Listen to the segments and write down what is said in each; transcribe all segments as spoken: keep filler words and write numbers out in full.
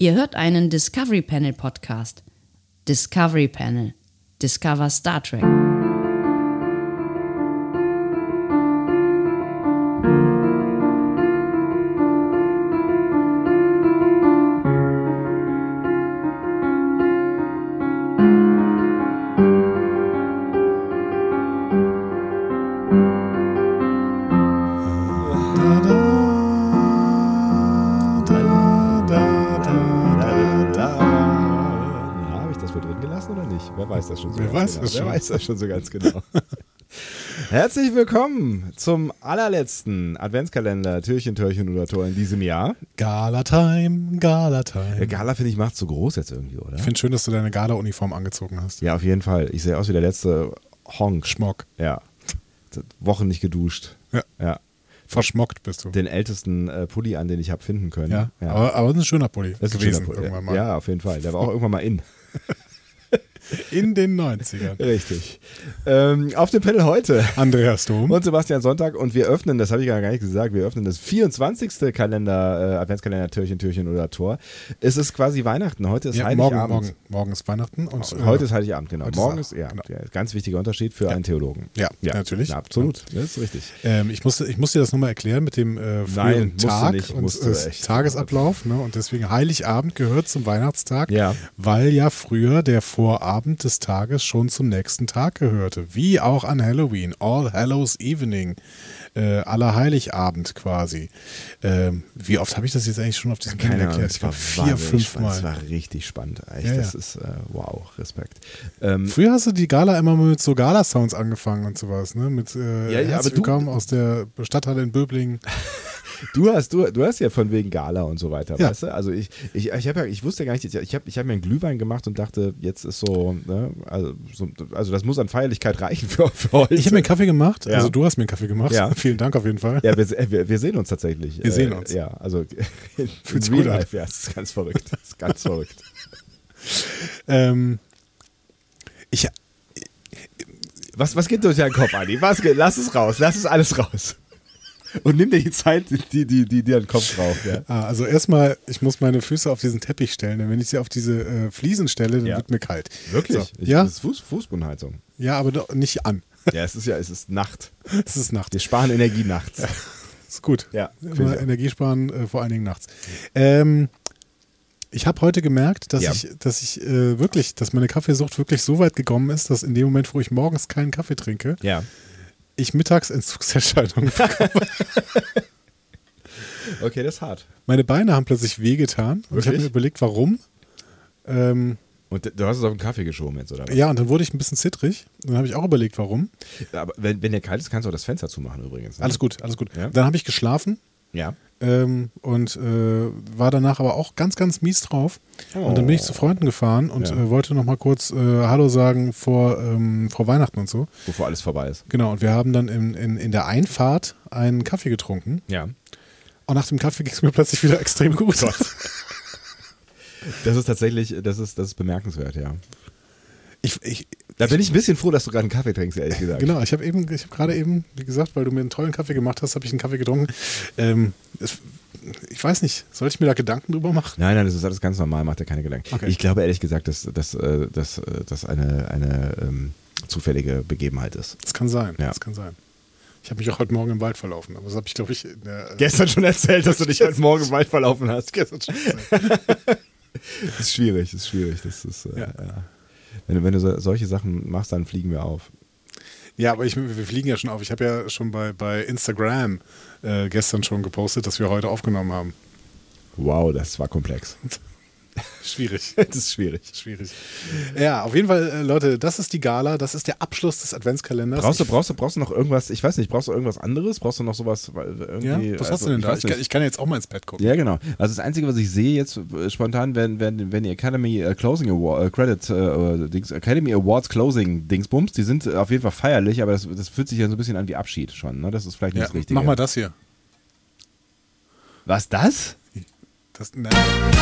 Ihr hört einen Discovery Panel Podcast. Discovery Panel. Discover Star Trek. Das schon so Wer weiß genau. das schon? Wer weiß das schon so ganz genau. Herzlich willkommen zum allerletzten Adventskalender Türchen, Türchen oder Tor in diesem Jahr. Gala-Time, Gala-Time. Der Gala, finde ich, macht so groß jetzt irgendwie, oder? Ich finde schön, dass du deine Gala-Uniform angezogen hast. Ja, auf jeden Fall. Ich sehe aus wie der letzte Honk. Schmock. Ja. Wochen nicht geduscht. Ja. Ja. Verschmockt bist du. Den ältesten äh, Pulli an, den ich habe finden können. Ja, ja. Aber, aber das ist ein schöner Pulli das ist gewesen ein schöner Pulli. irgendwann mal. Ja, auf jeden Fall. Der war auch irgendwann mal in. In den neunzigern. Richtig. Ähm, auf dem Panel heute Andreas Dom und Sebastian Sonntag und wir öffnen, das habe ich gar nicht gesagt, wir öffnen das vierundzwanzigste Kalender, äh, Adventskalender Türchen, Türchen oder Tor. Es ist quasi Weihnachten, heute ist ja, Heiligabend. Morgen, morgen, morgen ist Weihnachten. Und, äh, heute ist Heiligabend, genau. Morgen ist, ist, ja, genau. ja, ganz wichtiger Unterschied für ja. einen Theologen. Ja, ja natürlich. Ja, absolut, das ist richtig. Ähm, ich, musste, ich musste dir das nochmal erklären mit dem äh, frühen Nein, Tag nicht, und musste äh, echt. Tagesablauf. Ne? Und deswegen Heiligabend gehört zum Weihnachtstag, Ja. weil ja früher der Vorabend des Tages schon zum nächsten Tag gehörte. Wie auch an Halloween, All Hallows Evening, äh, Allerheiligabend quasi. Ähm, wie oft habe ich das jetzt eigentlich schon auf diesem Panel Keine Ahnung, erklärt? das Ich war glaube vier, fünf Mal. Das war richtig spannend. Echt. Ja, ja. Das ist, äh, wow, Respekt. Ähm, Früher hast du die Gala immer mit so Gala-Sounds angefangen und sowas, ne? Mit äh, Ja, ja, herzlich aber du- willkommen aus der Stadthalle in Böblingen. Du hast, du, du hast ja von wegen Gala und so weiter, Ja. weißt du? Also ich, ich, ich, hab ja, ich wusste ja gar nicht, ich habe ich hab mir einen Glühwein gemacht und dachte, jetzt ist so, ne, also, so, also das muss an Feierlichkeit reichen für, für heute. Ich habe mir einen Kaffee gemacht, Ja. also du hast mir einen Kaffee gemacht. Ja. Vielen Dank auf jeden Fall. Ja, wir, wir, wir sehen uns tatsächlich. Wir sehen Äh, uns. Ja, also in, Fühlt sich in gut real an. life, ja, das ist ganz verrückt. Das ist ganz verrückt. Ähm, ich, Was, was geht durch deinen Kopf, Adi? Was geht? Lass es raus, lass es alles raus. Und nimm dir die Zeit, die, die, die dir den Kopf raucht. Ja. ah, also erstmal, ich muss meine Füße auf diesen Teppich stellen, denn wenn ich sie auf diese äh, Fliesen stelle, dann Ja. wird mir kalt. Wirklich? So. Ich, Ja? Das ist Fuß, Fußbodenheizung. Ja, aber doch nicht an. Ja, es ist ja, es ist Nacht. Es ist Nacht. Wir sparen Energie nachts. Ist gut. Ja, Immer finde ich auch. Energie sparen, äh, vor allen Dingen nachts. Ähm, ich habe heute gemerkt, dass Ja. ich, dass ich äh, wirklich, dass meine Kaffeesucht wirklich so weit gekommen ist, dass in dem Moment, wo ich morgens keinen Kaffee trinke, Ja. ich mittags Entzugserscheinungen bekomme. Okay, das ist hart. Meine Beine haben plötzlich wehgetan und ich habe Wirklich? mir überlegt, warum. Ähm, Und du hast es auf den Kaffee geschoben jetzt, oder was? ja, und dann wurde ich ein bisschen zittrig. Dann habe ich auch überlegt, warum. Aber wenn, wenn der kalt ist, kannst du auch das Fenster zumachen übrigens. Ne? Alles gut, alles gut. Ja. Dann habe ich geschlafen Ja. ähm, und äh, war danach aber auch ganz, ganz mies drauf. Oh. Und dann bin ich zu Freunden gefahren und Ja. äh, wollte noch mal kurz äh, Hallo sagen vor, ähm, vor Weihnachten und so. Bevor alles vorbei ist. Genau, und wir haben dann in, in, in der Einfahrt einen Kaffee getrunken. Ja. Und nach dem Kaffee ging es mir plötzlich wieder extrem gut. Das ist tatsächlich, das ist, das ist bemerkenswert, ja. Ich, ich, Da bin ich ein bisschen froh, dass du gerade einen Kaffee trinkst, ehrlich gesagt. Genau, ich habe eben, ich habe gerade eben, wie gesagt, weil du mir einen tollen Kaffee gemacht hast, habe ich einen Kaffee getrunken. Ähm, es, ich weiß nicht, soll ich mir da Gedanken drüber machen? Nein, nein, das ist alles ganz normal, macht dir keine Gedanken. Okay. Ich glaube ehrlich gesagt, dass das dass, dass, dass eine, eine ähm, zufällige Begebenheit ist. Das kann sein, Ja. das kann sein. Ich habe mich auch heute Morgen im Wald verlaufen, aber das habe ich, glaube ich, in der, äh, Gestern schon erzählt, dass du dich heute Morgen im Wald verlaufen hast. gestern schon gesagt. Das ist schwierig, das ist schwierig. Das ist, äh, Ja. ja. Wenn, du, wenn du so, solche Sachen machst, dann fliegen wir auf. Ja, aber ich, wir fliegen ja schon auf. Ich habe ja schon bei, bei Instagram äh, gestern schon gepostet, dass wir heute aufgenommen haben. Wow, das war komplex. Schwierig. Das ist schwierig. Schwierig. Ja, auf jeden Fall, äh, Leute, das ist die Gala, das ist der Abschluss des Adventskalenders. Brauchst du, Ich- brauchst, du, brauchst du noch irgendwas, ich weiß nicht, brauchst du irgendwas anderes? Brauchst du noch sowas? weil Irgendwie, ja, was hast also, du denn ich da? weiß Ich kann, nicht. ich kann jetzt auch mal ins Bett gucken. Ja, genau. Also das Einzige, was ich sehe jetzt äh, spontan, wenn, wenn, wenn die Academy äh, Closing Award, äh, Credit, äh, Dings, Academy Awards Closing Dingsbums, die sind äh, auf jeden Fall feierlich, aber das, das fühlt sich ja so ein bisschen an wie Abschied schon. Ne? Das ist vielleicht nicht Ja, das Richtige. mach mal das hier. Was, das? Das, nein.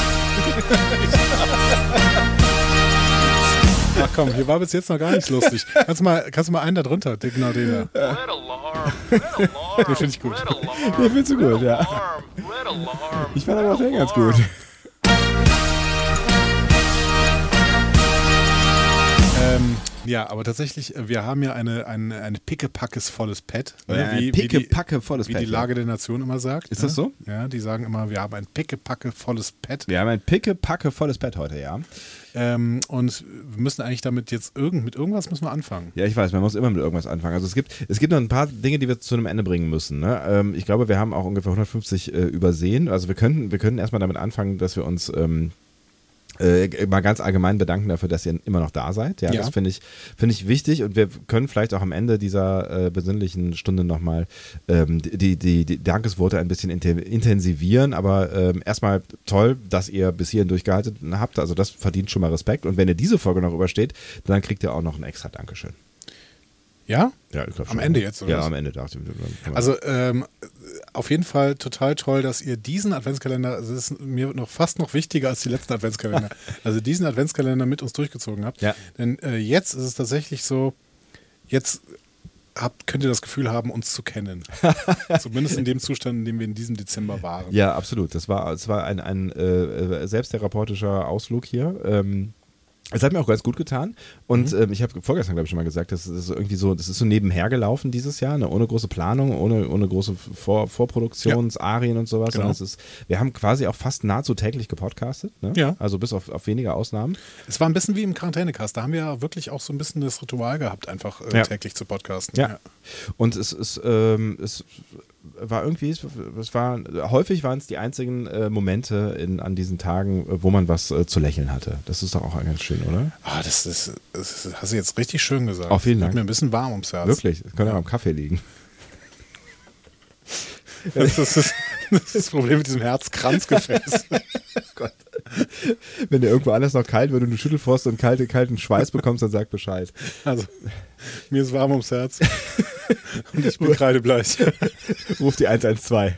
Ach komm, hier war bis jetzt noch gar nichts lustig. Kannst du mal, kannst du mal einen da drunter? Den- Genau den da. Red Alarm, Red Alarm, Den finde ich gut. Red Alarm, Den findest du gut, Red ja. Alarm, Red Alarm, Ich fand aber auch Red den ganz Alarm. gut. Ja, aber tatsächlich, äh, wir haben ja eine, eine, eine pickepackes volles Pad. Ne? Ja, ein wie, wie die, pickepacke volles wie Pad, die ja. Lage der Nation immer sagt. Ist ne? das so? Ja, die sagen immer, wir haben ein pickepacke volles Pad. Wir haben ein pickepacke volles Bett heute, ja. Ähm, und wir müssen eigentlich damit jetzt irgend, mit irgendwas müssen wir anfangen. Ja, ich weiß, man muss immer mit irgendwas anfangen. Also es gibt, es gibt noch ein paar Dinge, die wir zu einem Ende bringen müssen. Ne? Ähm, ich glaube, wir haben auch ungefähr hundertfünfzig äh, übersehen. Also wir könnten, wir könnten erstmal damit anfangen, dass wir uns ähm, äh, mal ganz allgemein bedanken dafür, dass ihr immer noch da seid. Ja, Ja. das finde ich, finde ich wichtig und wir können vielleicht auch am Ende dieser äh, besinnlichen Stunde nochmal ähm, die, die, die Dankesworte ein bisschen inten- intensivieren. Aber ähm, erstmal toll, dass ihr bis hierhin durchgehalten habt. Also das verdient schon mal Respekt. Und wenn ihr diese Folge noch übersteht, dann kriegt ihr auch noch ein extra Dankeschön. Ja? Ja, ich glaub Am schon. Ende jetzt, oder Ja, was? am Ende dachte ich. Also ähm, auf jeden Fall total toll, dass ihr diesen Adventskalender, also das ist mir noch fast noch wichtiger als die letzten Adventskalender, also diesen Adventskalender mit uns durchgezogen habt. Ja. Denn äh, jetzt ist es tatsächlich so, jetzt habt, könnt ihr das Gefühl haben, uns zu kennen. Zumindest in dem Zustand, in dem wir in diesem Dezember waren. Ja, absolut. Das war, das war ein, ein äh, selbsttherapeutischer Ausflug hier. Ähm, es hat mir auch ganz gut getan. Und Mhm. ähm, ich habe vorgestern, glaube ich, schon mal gesagt, das ist irgendwie so, das ist so nebenher gelaufen dieses Jahr, ne? Ohne große Planung, ohne, ohne große Vor Vorproduktionsarien und sowas. Genau. Sondern es ist, wir haben quasi auch fast nahezu täglich gepodcastet. Ne? Ja. Also bis auf, auf wenige Ausnahmen. Es war ein bisschen wie im Quarantänecast. Da haben wir ja wirklich auch so ein bisschen das Ritual gehabt, einfach äh, Ja. täglich zu podcasten. Ja. Und es ist, ähm, es war irgendwie, es es war, häufig waren es die einzigen äh, Momente in, an diesen Tagen, äh, wo man was äh, zu lächeln hatte. Das ist doch auch ganz schön, oder? Ah, das, ist, das hast du jetzt richtig schön gesagt. Oh, vielen Wird Dank. mir ein bisschen warm ums Herz. Wirklich, es könnte auch am Kaffee liegen. Das ist das, das, ist das Problem mit diesem Herzkranzgefäß. Gott. Wenn dir irgendwo alles noch kalt wird und du Schüttelfrost und kalte, kalten Schweiß bekommst, dann sag Bescheid. Also, mir ist warm ums Herz. Und ich bin kreidebleich. Ruf die eins eins zwei.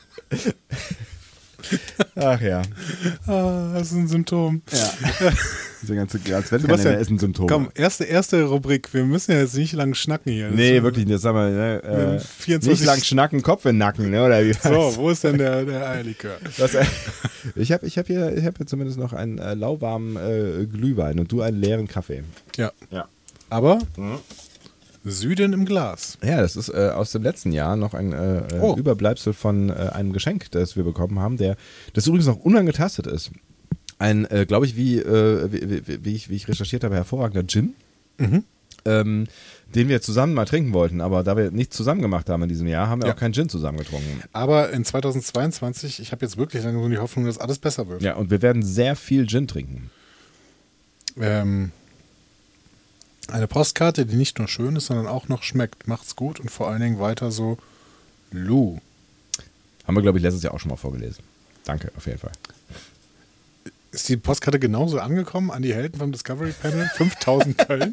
Ach ja. Ah, das ist ein Symptom. Ja. Diese ganze Sebastian, Adventskalender ist ein Symptom. Komm, erste, erste Rubrik. Wir müssen ja jetzt nicht lang schnacken hier. Das Nee, ist- wirklich, das sagen wir, ne, äh, vierundzwanzig nicht lang schnacken, Kopf in den Nacken, ne, oder wie? So, wo ist denn der, der Eierlikör? Was, äh, ich habe ich hab hier, ich hab hier zumindest noch einen äh, lauwarmen äh, Glühwein und du einen leeren Kaffee. Ja. Ja. Aber Süden im Glas. Ja, das ist äh, aus dem letzten Jahr noch ein äh, äh, Oh. Überbleibsel von äh, einem Geschenk, das wir bekommen haben, der das übrigens noch unangetastet ist. Ein, äh, glaube ich, wie, äh, wie, wie, wie, ich, wie ich recherchiert habe, hervorragender Gin, Mhm. ähm, den wir zusammen mal trinken wollten. Aber da wir nichts zusammen gemacht haben in diesem Jahr, haben wir Ja. auch keinen Gin zusammen getrunken. Aber in zweitausendzweiundzwanzig, ich habe jetzt wirklich langsam die Hoffnung, dass alles besser wird. Ja, und wir werden sehr viel Gin trinken. Ähm, eine Postkarte, die nicht nur schön ist, sondern auch noch schmeckt. Macht's gut und vor allen Dingen weiter so. Lou. Haben wir, glaube ich, letztes Jahr auch schon mal vorgelesen. Danke, auf jeden Fall. Ist die Postkarte genauso angekommen an die Helden vom Discovery Panel? fünftausend Köln?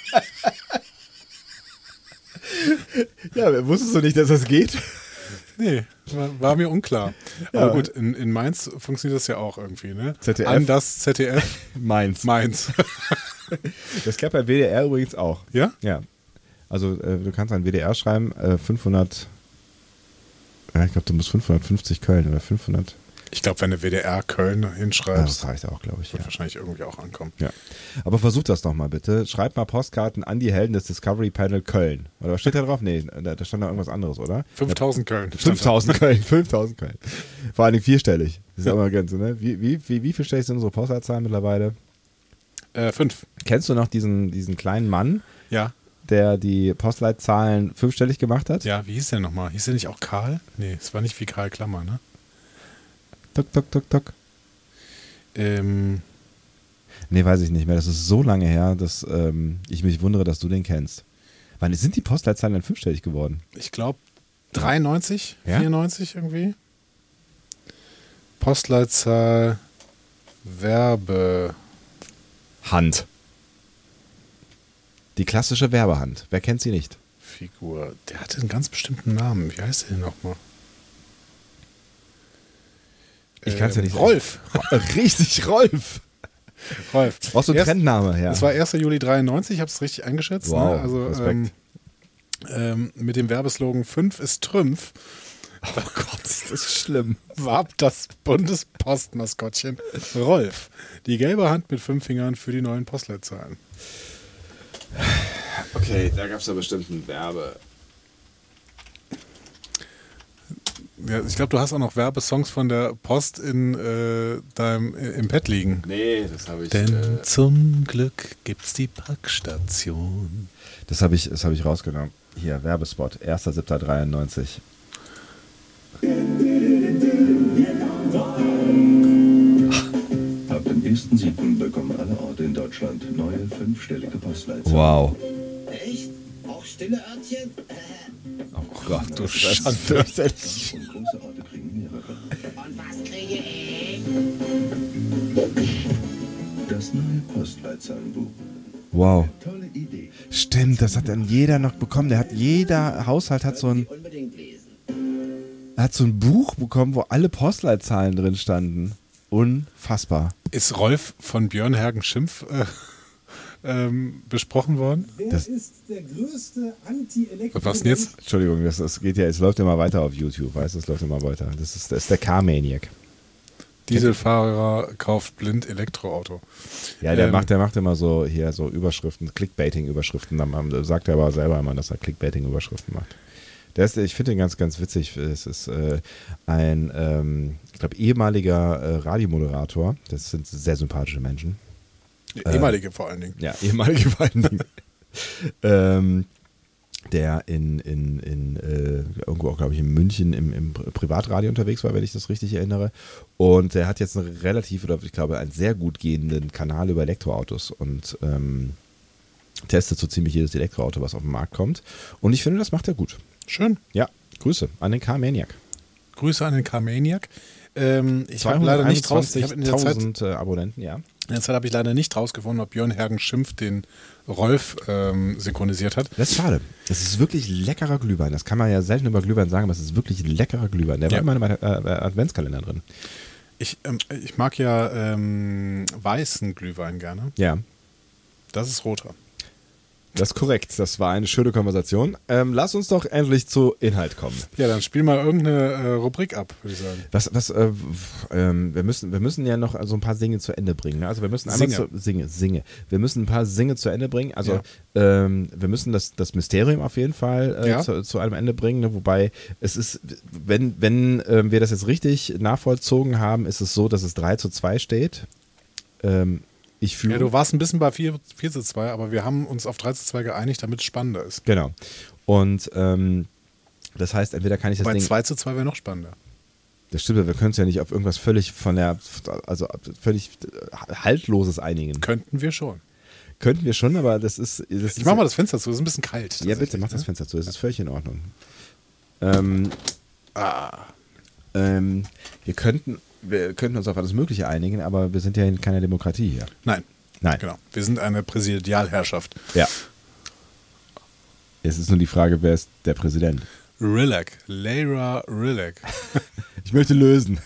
Ja, wusstest du nicht, dass das geht? Nee, war, war mir unklar. Ja. Aber gut, in, in Mainz funktioniert das ja auch irgendwie, ne? Z D F. An das Z D F Meins. Mainz. Das gab bei W D R übrigens auch. Ja? Ja. Also äh, du kannst an W D R schreiben, äh, fünfhundert, ja, ich glaube, du musst fünfhundertfünfzig Köln oder fünfhundert. Ich glaube, wenn du W D R Köln Ja, hinschreibst, das reicht auch, glaube ich. wird Ja. wahrscheinlich irgendwie auch ankommen. Ja. Aber versucht das doch mal bitte. Schreibt mal Postkarten an die Helden des Discovery Panel Köln. Oder was steht da drauf? Nee, da, da stand da irgendwas anderes, oder? fünftausend Köln. fünftausend Köln, fünftausend Köln. Vor allem vierstellig. Das ist ja immer ganz, ne? Wie, wie, wie, wie vielstellig sind unsere Postleitzahlen mittlerweile? Äh, fünf. Kennst du noch diesen, diesen kleinen Mann, Ja. der die Postleitzahlen fünfstellig gemacht hat? Ja, wie hieß der nochmal? Hieß der nicht auch Karl? Nee, es war nicht wie Karl Klammer, ne? Tok, tok, tok, tok. Ähm, Nee, weiß ich nicht mehr. Das ist so lange her, dass ähm, ich mich wundere, dass du den kennst. Wann sind die Postleitzahlen dann fünfstellig geworden? ich glaube dreiundneunzig, Ja? vierundneunzig irgendwie. Postleitzahl Werbe. Hand. Die klassische Werbehand. Wer kennt sie nicht? Figur. Der hatte einen ganz bestimmten Namen. Wie heißt der denn nochmal? Ich kann's ja nicht sagen. Rolf. Richtig, Rolf. Rolf. Brauchst du einen Erst- Trendname, ja. Das war erster Juli dreiundneunzig, ich habe es richtig eingeschätzt. Wow, ne? Also Respekt. ähm, ähm, mit dem Werbeslogan fünf ist Trümpf Oh Gott, ist das schlimm. warb das Bundespostmaskottchen Rolf. Die gelbe Hand mit fünf Fingern für die neuen Postleitzahlen. Okay, da gab es ja bestimmt einen Werbe. Ja, ich glaube, du hast auch noch Werbesongs von der Post in äh, deinem äh, im Pad liegen. Nee, das habe ich. Denn Äh, zum Glück gibt's die Packstation. das habe ich, das hab ich rausgenommen. Hier, Werbespot, erster siebter dreiundneunzig. Ab dem ersten siebten bekommen alle Orte in Deutschland neue fünfstellige Postleitzahlen. Wow. Echt? Auch stille Örtchen? Oh Gott, du Das ist Schande. fürchterlich. Und große Orte kriegen mehrere. Und was kriege ich? Das neue Postleitzahlenbuch. Wow. Tolle Idee. Stimmt, das hat dann jeder noch bekommen. Der hat, jeder Haushalt hat so ein, Unbedingt lesen. hat so ein Buch bekommen, wo alle Postleitzahlen drin standen. Unfassbar. Ist Rolf von Björn Hergen Schimpf äh, ähm, besprochen worden? Wer Das- ist der größte Anti-Elektro- Was denn jetzt? Entschuldigung, das, das geht ja, es läuft immer weiter auf YouTube, weißt du, es läuft immer weiter. Das ist, das ist der Car-Maniac. Dieselfahrer kauft blind Elektroauto. Ja, der Ähm, macht, der macht immer so hier so Überschriften, Clickbaiting-Überschriften. Dann sagt er aber selber immer, dass er Clickbaiting-Überschriften macht. Der ist, ich finde ihn ganz, ganz witzig. Es ist äh, ein, ähm, ich glaube, ehemaliger äh, Radiomoderator. Das sind sehr sympathische Menschen. Ehemalige vor allen Dingen. Ja, ehemalige vor allen Dingen. ähm, der in, in, in äh, irgendwo auch, glaube ich, in München im, im Privatradio unterwegs war, wenn ich das richtig erinnere. Und der hat jetzt einen relativ, oder ich glaube, einen sehr gut gehenden Kanal über Elektroautos und ähm, testet so ziemlich jedes Elektroauto, was auf den Markt kommt. Und ich finde, das macht er gut. Schön. Ja, Grüße an den Car-Maniac. Grüße an den Car-Maniac. Ähm, ich habe leider nicht raus. Ich habe in der Zeit, in zweihunderteinundzwanzigtausend äh, Abonnenten, ja. der Zeit habe ich leider nicht rausgefunden, ob Björn Hergen Schimpf den Rolf ähm, synchronisiert hat. Das ist schade. Das ist wirklich leckerer Glühwein. Das kann man ja selten über Glühwein sagen, aber es ist wirklich leckerer Glühwein. Der Ja. war in meinem äh, äh, Adventskalender drin. Ich, ähm, ich mag ja ähm, weißen Glühwein gerne. Ja. Das ist roter. Das ist korrekt. Das war eine schöne Konversation. Ähm, lass uns doch endlich zu Inhalt kommen. Ja, dann spiel mal irgendeine äh, Rubrik ab, würde ich sagen. Was, was, äh, w- ähm, wir müssen, wir müssen ja noch so ein paar Dinge zu Ende bringen. Ne? Also wir müssen einmal Singe. zu, Singe, Singe. Wir müssen ein paar Singe zu Ende bringen. Also Ja. ähm, wir müssen das, das Mysterium auf jeden Fall äh, Ja. zu, zu einem Ende bringen. Ne? Wobei es ist, wenn, wenn ähm, wir das jetzt richtig nachvollzogen haben, ist es so, dass es drei zu zwei steht. Ähm, ich fühle. Ja, du warst ein bisschen bei vier zu zwei, aber wir haben uns auf drei zu zwei geeinigt, damit es spannender ist. Genau. Und ähm, das heißt, entweder kann ich das Bei Ding. zwei zu zwei wäre noch spannender. Das stimmt, wir können uns ja nicht auf irgendwas völlig von der, also völlig haltloses einigen. Könnten wir schon. Könnten wir schon, aber das ist. Das Ich ist mach mal das Fenster zu, es ist ein bisschen kalt. Ja, bitte, mach das Fenster zu, das ist völlig in Ordnung. Ähm, ah, ähm, wir könnten, wir könnten uns auf alles Mögliche einigen, aber wir sind ja in keiner Demokratie hier. Nein, Nein. genau. Wir sind eine Präsidialherrschaft. Ja. Es ist nur die Frage, wer ist der Präsident? Rilek, Leira Rilek. Ich möchte lösen.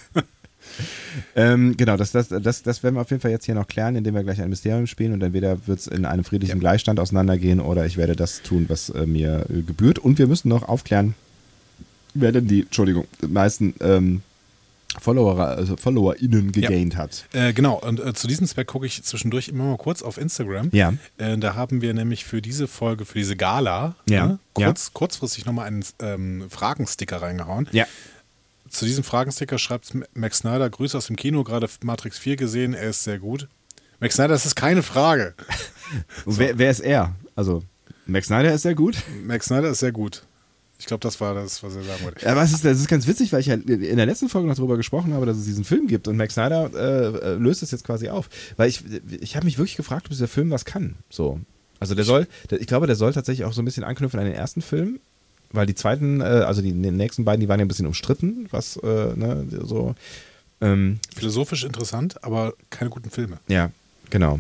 ähm, genau, das, das, das, das werden wir auf jeden Fall jetzt hier noch klären, indem wir gleich ein Mysterium spielen und entweder wird es in einem friedlichen Gleichstand auseinandergehen oder ich werde das tun, was äh, mir äh, gebührt. Und wir müssen noch aufklären, wer denn die, Entschuldigung, meisten ähm, Follower, also FollowerInnen gegaint hat. Äh, genau, und äh, zu diesem Zweck gucke ich zwischendurch immer mal kurz auf Instagram. Ja. Äh, da haben wir nämlich für diese Folge, für diese Gala, Ja. ne, kurz, kurzfristig nochmal einen ähm, Fragensticker reingehauen. Ja. Zu diesem Fragensticker schreibt Max Snyder, Grüße aus dem Kino, gerade Matrix vier gesehen, er ist sehr gut. Max Snyder, das ist keine Frage. Und wer, wer ist er? Also, Max Snyder ist sehr gut. Max Snyder ist sehr gut. Ich glaube, das war das, was er sagen wollte. Aber es ist, das ist ganz witzig, weil ich ja in der letzten Folge noch darüber gesprochen habe, dass es diesen Film gibt und Max Snyder äh, löst es jetzt quasi auf. Weil ich, ich habe mich wirklich gefragt, ob dieser Film was kann. So. Also der soll, der, ich glaube, der soll tatsächlich auch so ein bisschen anknüpfen an den ersten Film, weil die zweiten, äh, also die, die nächsten beiden, die waren ja ein bisschen umstritten, was äh, ne, so. Ähm, Philosophisch interessant, aber keine guten Filme. ja, genau.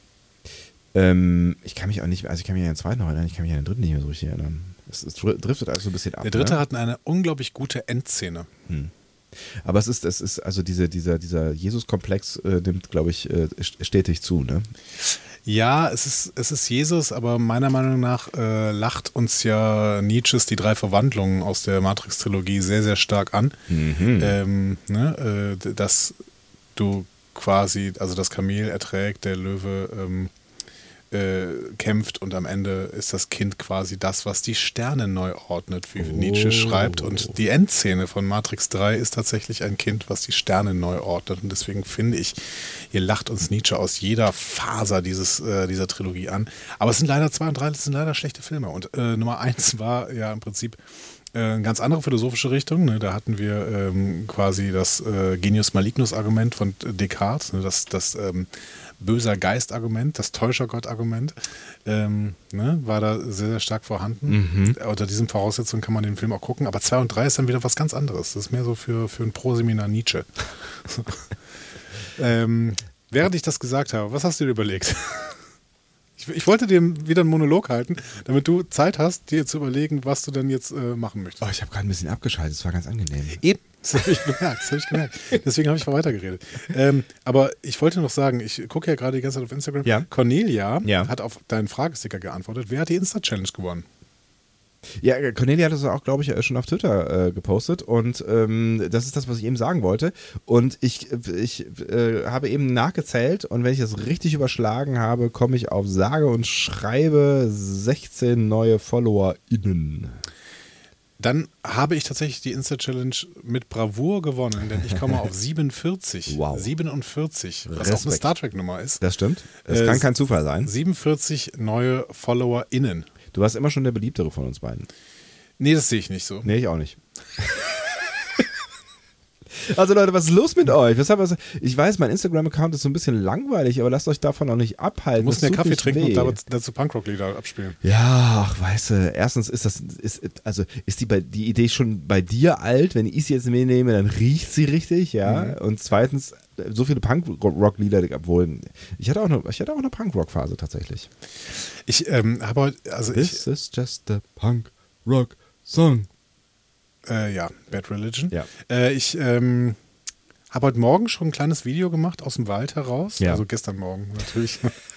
Ähm, ich kann mich auch nicht, also ich kann mich an den zweiten noch erinnern, ich kann mich an den dritten nicht mehr so richtig erinnern. Es, es driftet also so ein bisschen ab. Der dritte ne? hat eine unglaublich gute Endszene. Aber es ist, es ist, also diese, dieser, dieser Jesus-Komplex äh, nimmt, glaube ich, äh, stetig zu, ne? Ja, es ist, es ist Jesus, aber meiner Meinung nach äh, lacht uns ja Nietzsches die drei Verwandlungen aus der Matrix-Trilogie sehr, sehr stark an. Mhm. Ähm, ne, äh, dass du quasi, also das Kamel erträgt, der Löwe ähm, äh, kämpft und am Ende ist das Kind quasi das, was die Sterne neu ordnet, wie Nietzsche schreibt. Und die Endszene von Matrix drei ist tatsächlich ein Kind, was die Sterne neu ordnet. Und deswegen finde ich, hier lacht uns Nietzsche aus jeder Faser dieses, äh, dieser Trilogie an. Aber es sind leider zwei und drei, das sind leider schlechte Filme. Und äh, Nummer eins war ja im Prinzip äh, eine ganz andere philosophische Richtung. Ne? Da hatten wir ähm, quasi das äh, Genius Malignus-Argument von Descartes, ne? das, das ähm, böser Geist-Argument, das Täuschergott-Argument, ähm, ne? war da sehr, sehr stark vorhanden. Mhm. Unter diesen Voraussetzungen kann man den Film auch gucken. Aber zwei und drei ist dann wieder was ganz anderes. Das ist mehr so für, für ein Pro-Seminar Nietzsche. ähm, während ich das gesagt habe, was hast du dir überlegt? Ich, ich wollte dir wieder einen Monolog halten, damit du Zeit hast, dir zu überlegen, was du denn jetzt äh, machen möchtest. Oh, ich habe gerade ein bisschen abgeschaltet, das war ganz angenehm. Eben, das habe ich gemerkt, das habe ich gemerkt. Deswegen habe ich mal weitergeredet. Ähm, aber ich wollte noch sagen, ich gucke ja gerade die ganze Zeit auf Instagram. Ja. Cornelia Ja. hat auf deinen Fragesticker geantwortet. Wer hat die Insta-Challenge gewonnen? Ja, Cornelia hat das auch, glaube ich, schon auf Twitter äh, gepostet und ähm, das ist das, was ich eben sagen wollte. Und ich, ich äh, habe eben nachgezählt und wenn ich das richtig überschlagen habe, komme ich auf sage und schreibe sechzehn neue FollowerInnen. Dann habe ich tatsächlich die Insta-Challenge mit Bravour gewonnen, denn ich komme auf siebenundvierzig. Wow. siebenundvierzig, was Respekt. auch eine Star Trek-Nummer ist. Das stimmt. Das Äh, kann kein Zufall sein. siebenundvierzig neue FollowerInnen. Du warst immer schon der beliebtere von uns beiden. Nee, das sehe ich nicht so. Nee, ich auch nicht. Also Leute, was ist los mit euch? Was haben wir, ich weiß, mein Instagram-Account ist so ein bisschen langweilig, aber lasst euch davon auch nicht abhalten. Du musst Das mehr tut Kaffee nicht trinken weh. und dazu Punkrock-Lieder abspielen. Ja, ach, weißt du, erstens ist das, ist, also ist die, bei, die Idee schon bei dir alt, wenn ich sie jetzt mitnehme, dann riecht sie richtig, ja. Mhm. Und zweitens, so viele Punk-Rock-Lieder, obwohl, ich hatte auch eine, ich hatte auch eine Punk-Rock-Phase tatsächlich. Ich ähm, habe heute, also ich, This is just a Punk-Rock-Song. äh, ja, Bad Religion. Ja. Äh, ich ähm, habe heute Morgen schon ein kleines Video gemacht aus dem Wald heraus. Ja. Also gestern Morgen natürlich.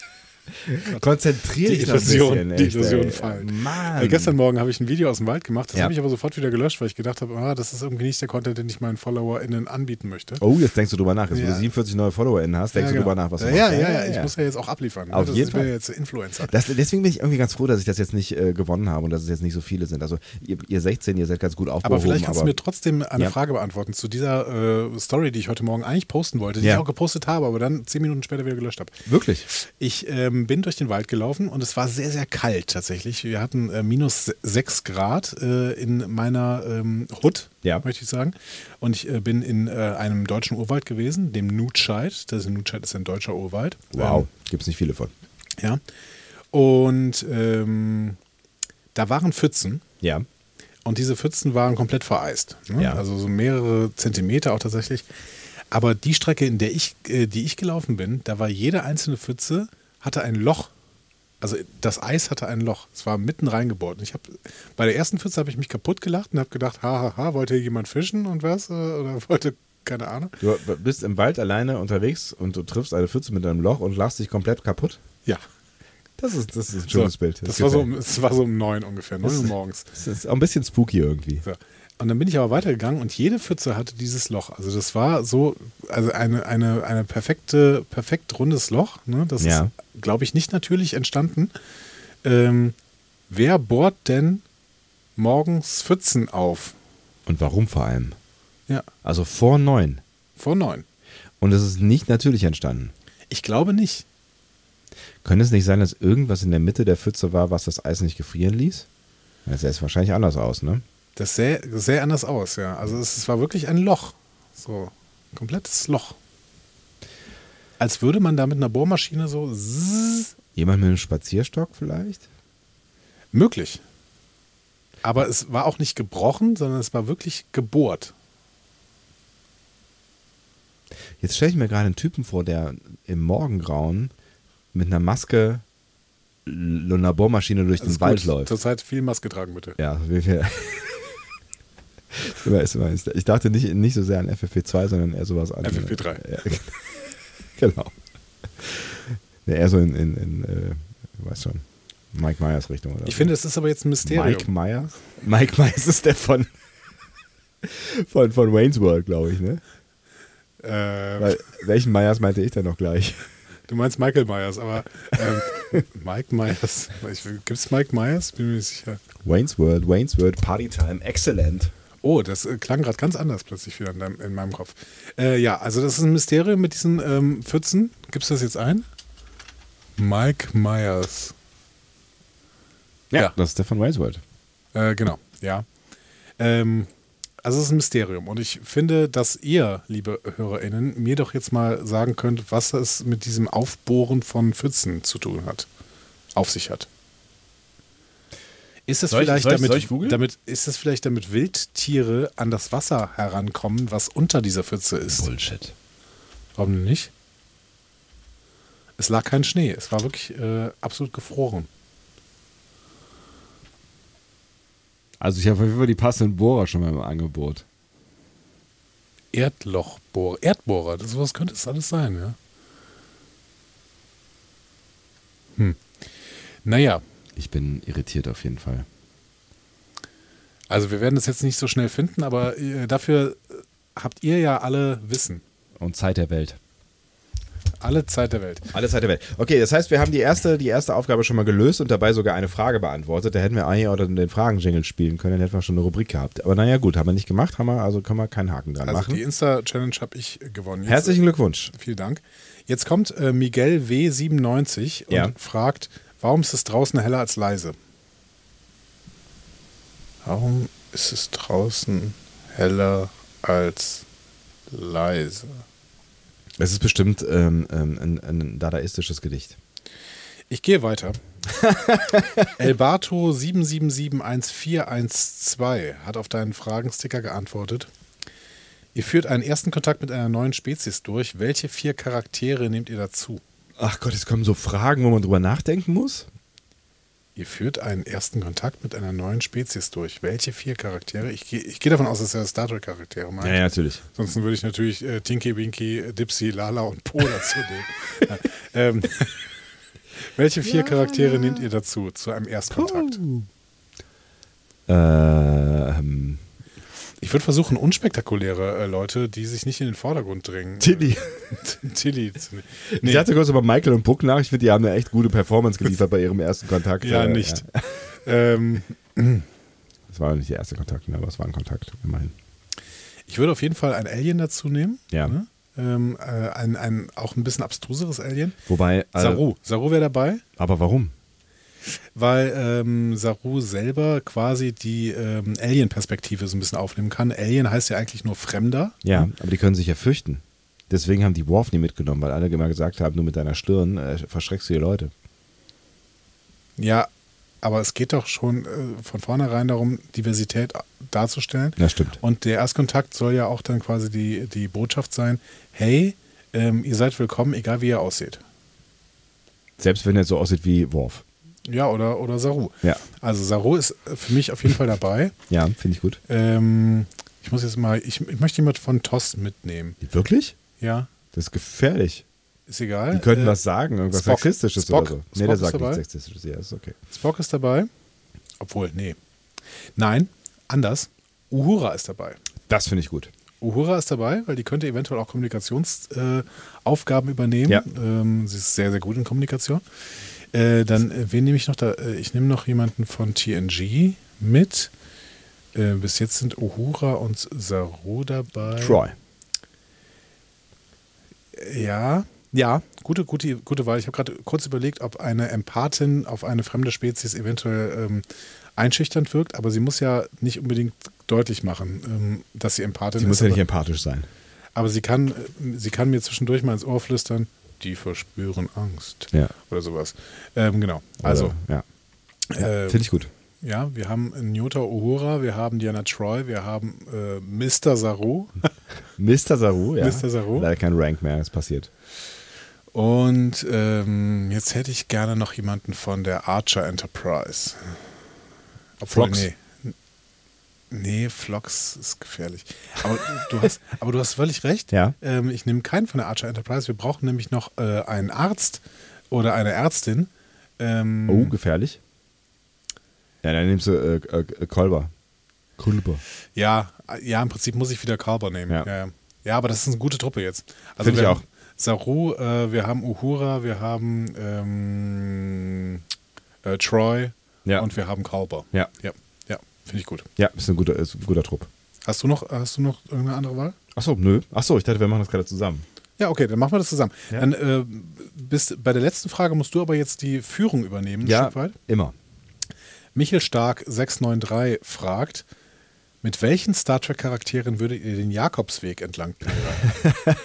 Konzentrier Die dich doch ein Illusion, bisschen, die echt, Illusion ey. fallen. Mann. Äh, gestern Morgen habe ich ein Video aus dem Wald gemacht, das Ja. habe ich aber sofort wieder gelöscht, weil ich gedacht habe, ah, das ist irgendwie nicht der Content, den ich meinen FollowerInnen anbieten möchte. Oh, jetzt denkst du drüber nach. Jetzt, wo Ja. du siebenundvierzig neue FollowerInnen hast, denkst ja, du genau. drüber nach, was du ja, machst. ja, ja, ja, ich muss ja jetzt auch abliefern. Auf das jeden ist, ich bin Fall. ja jetzt Influencer. Das, deswegen bin ich irgendwie ganz froh, dass ich das jetzt nicht äh, gewonnen habe und dass es jetzt nicht so viele sind. Also ihr, ihr sechzehn, ihr seid ganz gut aufgehoben. Aber vielleicht kannst aber du mir trotzdem eine Ja. Frage beantworten zu dieser äh, Story, die ich heute Morgen eigentlich posten wollte, die Ja. ich auch gepostet habe, aber dann zehn Minuten später wieder gelöscht habe. Wirklich? Ich ähm, bin durch den Wald gelaufen und es war sehr, sehr kalt tatsächlich. Wir hatten äh, minus sechs Grad äh, in meiner ähm, Hut, Ja. möchte ich sagen. Und ich äh, bin in äh, einem deutschen Urwald gewesen, dem Nutscheid. Das ist, Nutscheid ist ein deutscher Urwald. Wow, Ähm, gibt es nicht viele von. ja. Und ähm, da waren Pfützen. Ja. Und diese Pfützen waren komplett vereist. Ne? Ja. Also so mehrere Zentimeter auch tatsächlich. Aber die Strecke, in der ich, äh, die ich gelaufen bin, da war jede einzelne Pfütze, hatte ein Loch. Also das Eis hatte ein Loch. Es war mitten reingebohrt. Und ich hab, bei der ersten Pfütze habe ich mich kaputt gelacht und habe gedacht, hahaha, ha, ha, wollte hier jemand fischen und was? Oder wollte, keine Ahnung. Du bist im Wald alleine unterwegs und du triffst eine Pfütze mit einem Loch und lachst dich komplett kaputt. Ja. Das ist, das ist ein schönes So, Bild. Das, war so, gefällt um- es war so um neun ungefähr, neun Das- Uhr morgens. mir. Das ist auch ein bisschen spooky irgendwie. So. Und dann bin ich aber weitergegangen und jede Pfütze hatte dieses Loch. Also das war so, also eine, eine, eine perfekte, perfekt rundes Loch. Ne? Das Ja. ist, glaube ich, nicht natürlich entstanden. Ähm, wer bohrt denn morgens Pfützen auf? Und warum vor allem? Ja, Also vor neun. vor neun. Und es ist nicht natürlich entstanden. Ich glaube nicht. Könnte es nicht sein, dass irgendwas in der Mitte der Pfütze war, was das Eis nicht gefrieren ließ? Das sähe wahrscheinlich anders aus, ne? Das sähe sehr anders aus, ja. Also es, es war wirklich ein Loch. So, ein komplettes Loch. Als würde man da mit einer Bohrmaschine so zzz, Jemand mit einem Spazierstock vielleicht? möglich. Aber es war auch nicht gebrochen, sondern es war wirklich gebohrt. Jetzt stelle ich mir gerade einen Typen vor, der im Morgengrauen mit einer Maske und einer Bohrmaschine durch Das den ist Wald gut. läuft. Zurzeit viel Maske tragen, bitte. Ja, wie viel. Immer ist immer- Ich dachte nicht, nicht so sehr an F F P zwei, sondern eher sowas an. F F P drei. Ja, genau. Ja, eher so in, in, in äh, weiß schon, Mike Myers Richtung. Oder Ich so. finde, es ist aber jetzt ein Mysterium. Mike Myers? Mike Myers ist der von, von, von Wayne's World, glaube ich, ne? Äh, Weil, welchen Myers meinte ich denn noch gleich? du meinst Michael Myers, aber ähm, Mike Myers. Gibt es Mike Myers? Bin mir nicht sicher. Wayne's World, Wayne's World, Partytime, excellent. Oh, das äh, klang gerade ganz anders plötzlich wieder in, deinem, in meinem Kopf. Äh, ja, also das ist ein Mysterium mit diesen ähm, Pfützen. Gibst du das jetzt ein? Mike Myers. Ja, Ja. das ist der von Wayne's World. Äh, genau, ja. Ähm, also es ist ein Mysterium. Und ich finde, dass ihr, liebe HörerInnen, mir doch jetzt mal sagen könnt, was es mit diesem Aufbohren von Pfützen zu tun hat. Auf sich hat. Ist es Soll ich- vielleicht soll ich- damit, soll ich googeln? damit, ist es vielleicht damit Wildtiere an das Wasser herankommen, was unter dieser Pfütze ist? Bullshit. Warum denn nicht? Es lag kein Schnee. Es war wirklich äh, absolut gefroren. Also ich habe auf jeden Fall die passenden Bohrer schon mal im Angebot. Erdlochbohrer. Erdbohrer, das, sowas könnte es alles sein, ja. Hm. Naja, Ich bin irritiert auf jeden Fall. also wir werden das jetzt nicht so schnell finden, aber äh, dafür äh, habt ihr ja alle Wissen. Und Zeit der Welt. Alle Zeit der Welt. Alle Zeit der Welt. Okay, das heißt, wir haben die erste, die erste Aufgabe schon mal gelöst und dabei sogar eine Frage beantwortet. Da hätten wir eigentlich auch den Fragen-Jingle spielen können, dann hätten wir schon eine Rubrik gehabt. Aber naja, gut, haben wir nicht gemacht, haben wir, also können wir keinen Haken dran Also machen. die Insta-Challenge habe ich gewonnen. Jetzt, Herzlichen Glückwunsch. Vielen Dank. Jetzt kommt äh, Miguel W siebenundneunzig und Ja. fragt, warum ist es draußen heller als leise? Warum ist es draußen heller als leise? Es ist bestimmt ähm, ähm, ein, ein dadaistisches Gedicht. Ich gehe weiter. Elbato sieben sieben sieben eins vier eins zwei hat auf deinen Fragensticker geantwortet. Ihr führt einen ersten Kontakt mit einer neuen Spezies durch. Welche vier Charaktere nehmt ihr dazu? Ach Gott, jetzt kommen so Fragen, wo man drüber nachdenken muss. Ihr führt einen ersten Kontakt mit einer neuen Spezies durch. Welche vier Charaktere? Ich gehe ich gehe davon aus, dass er Star Trek Charaktere meint. Ja, ja, natürlich. Ansonsten würde ich natürlich äh, Tinky, Winky, Dipsy, Lala und Po dazu nehmen. Ja, ähm, welche vier Charaktere nehmt ihr dazu, zu einem Erstkontakt? Ähm, Ich würde versuchen, unspektakuläre äh, Leute, die sich nicht in den Vordergrund drängen. Tilly. Tilly. zu- Ich Nee, dachte kurz über Michael und Puck nach. Ich finde, die haben eine echt gute Performance geliefert bei ihrem ersten Kontakt. ja, Äh, nicht. Ähm, Das war nicht der erste Kontakt, ne, aber es war ein Kontakt, immerhin. ich würde auf jeden Fall ein Alien dazu nehmen. Ja. Ne? Ähm, äh, ein, ein auch ein bisschen abstruseres Alien. Wobei. Äh, Saru. Saru wäre dabei. Aber warum? Weil ähm, Saru selber quasi die ähm, Alien-Perspektive so ein bisschen aufnehmen kann. Alien heißt ja eigentlich nur Fremder. Ja, aber die können sich ja fürchten. Deswegen haben die Worf nie mitgenommen, weil alle immer gesagt haben, nur mit deiner Stirn äh, verschreckst du die Leute. Ja, aber es geht doch schon äh, von vornherein darum, Diversität darzustellen. Ja, stimmt. Und der Erstkontakt soll ja auch dann quasi die, die Botschaft sein, hey, ähm, ihr seid willkommen, egal wie ihr aussieht. Selbst wenn er so aussieht wie Worf. Ja, oder, oder Saru. Ja. Also Saru ist für mich auf jeden Fall dabei. Ja, finde ich gut. Ähm, ich muss jetzt mal, ich, ich möchte jemand von T O S mitnehmen. Wirklich? Ja, Das ist gefährlich. ist egal. Die könnten Äh, was sagen, irgendwas Spock. Sexistisches Spock. oder so. Nee, Spock der ist sagt dabei. nichts Sexistisches. Ja, ist okay. Spock ist dabei. Obwohl, nee. Nein, anders. Uhura ist dabei. Das finde ich gut. Uhura ist dabei, weil die könnte eventuell auch Kommunikationsaufgaben äh, Aufgaben übernehmen. Ja. Ähm, sie ist sehr, sehr gut in Kommunikation. Äh, dann, äh, wen nehme ich noch da? Äh, ich nehme noch jemanden von T N G mit. Äh, bis jetzt sind Uhura und Saru dabei. Troy. Ja, ja, gute, gute, gute Wahl. Ich habe gerade kurz überlegt, ob eine Empathin auf eine fremde Spezies eventuell ähm, einschüchternd wirkt, aber sie muss ja nicht unbedingt deutlich machen, ähm, dass sie Empathin Sie ist. muss ja nicht aber, empathisch sein. aber sie kann, äh, sie kann mir zwischendurch mal ins Ohr flüstern, die verspüren Angst Ja. oder sowas. Ähm, genau. Also, ja. ja äh, finde ich gut. ja, wir haben Nyota Uhura, wir haben Diana Troy, wir haben äh, Mister Saru Mister Saru, ja. Mister Saru. Leider kein Rank mehr, ist passiert. und ähm, jetzt hätte ich gerne noch jemanden von der Archer Enterprise. Obwohl, Phlox. nee. Nee, Phlox ist gefährlich. Aber du hast, aber du hast völlig recht. Ja. Ähm, ich nehme keinen von der Archer Enterprise. Wir brauchen nämlich noch äh, einen Arzt oder eine Ärztin. Ähm, Oh, gefährlich. Ja, dann nimmst du äh, äh, Kolber. Kolber. Ja, ja, im Prinzip muss ich wieder Kalber nehmen. Ja. Ja, ja. ja, aber das ist eine gute Truppe jetzt. Also Finde ich wir auch. haben Saru, äh, wir haben Uhura, wir haben ähm, ähm, äh, Troy Ja. und wir haben Cowper. Ja. Ja, ja finde ich gut. Ja, ist ein guter, ist ein guter Trupp. Hast du noch, hast du noch irgendeine andere Wahl? Achso, nö. Achso, ich dachte, wir machen das gerade zusammen. Ja, okay, dann machen wir das zusammen. Ja. Dann äh, bis, bei der letzten Frage musst du aber jetzt die Führung übernehmen, ein Ja, Stück weit. immer. Michel Stark sechs neun drei fragt, mit welchen Star Trek-Charakteren würdet ihr den Jakobsweg entlang pilgern?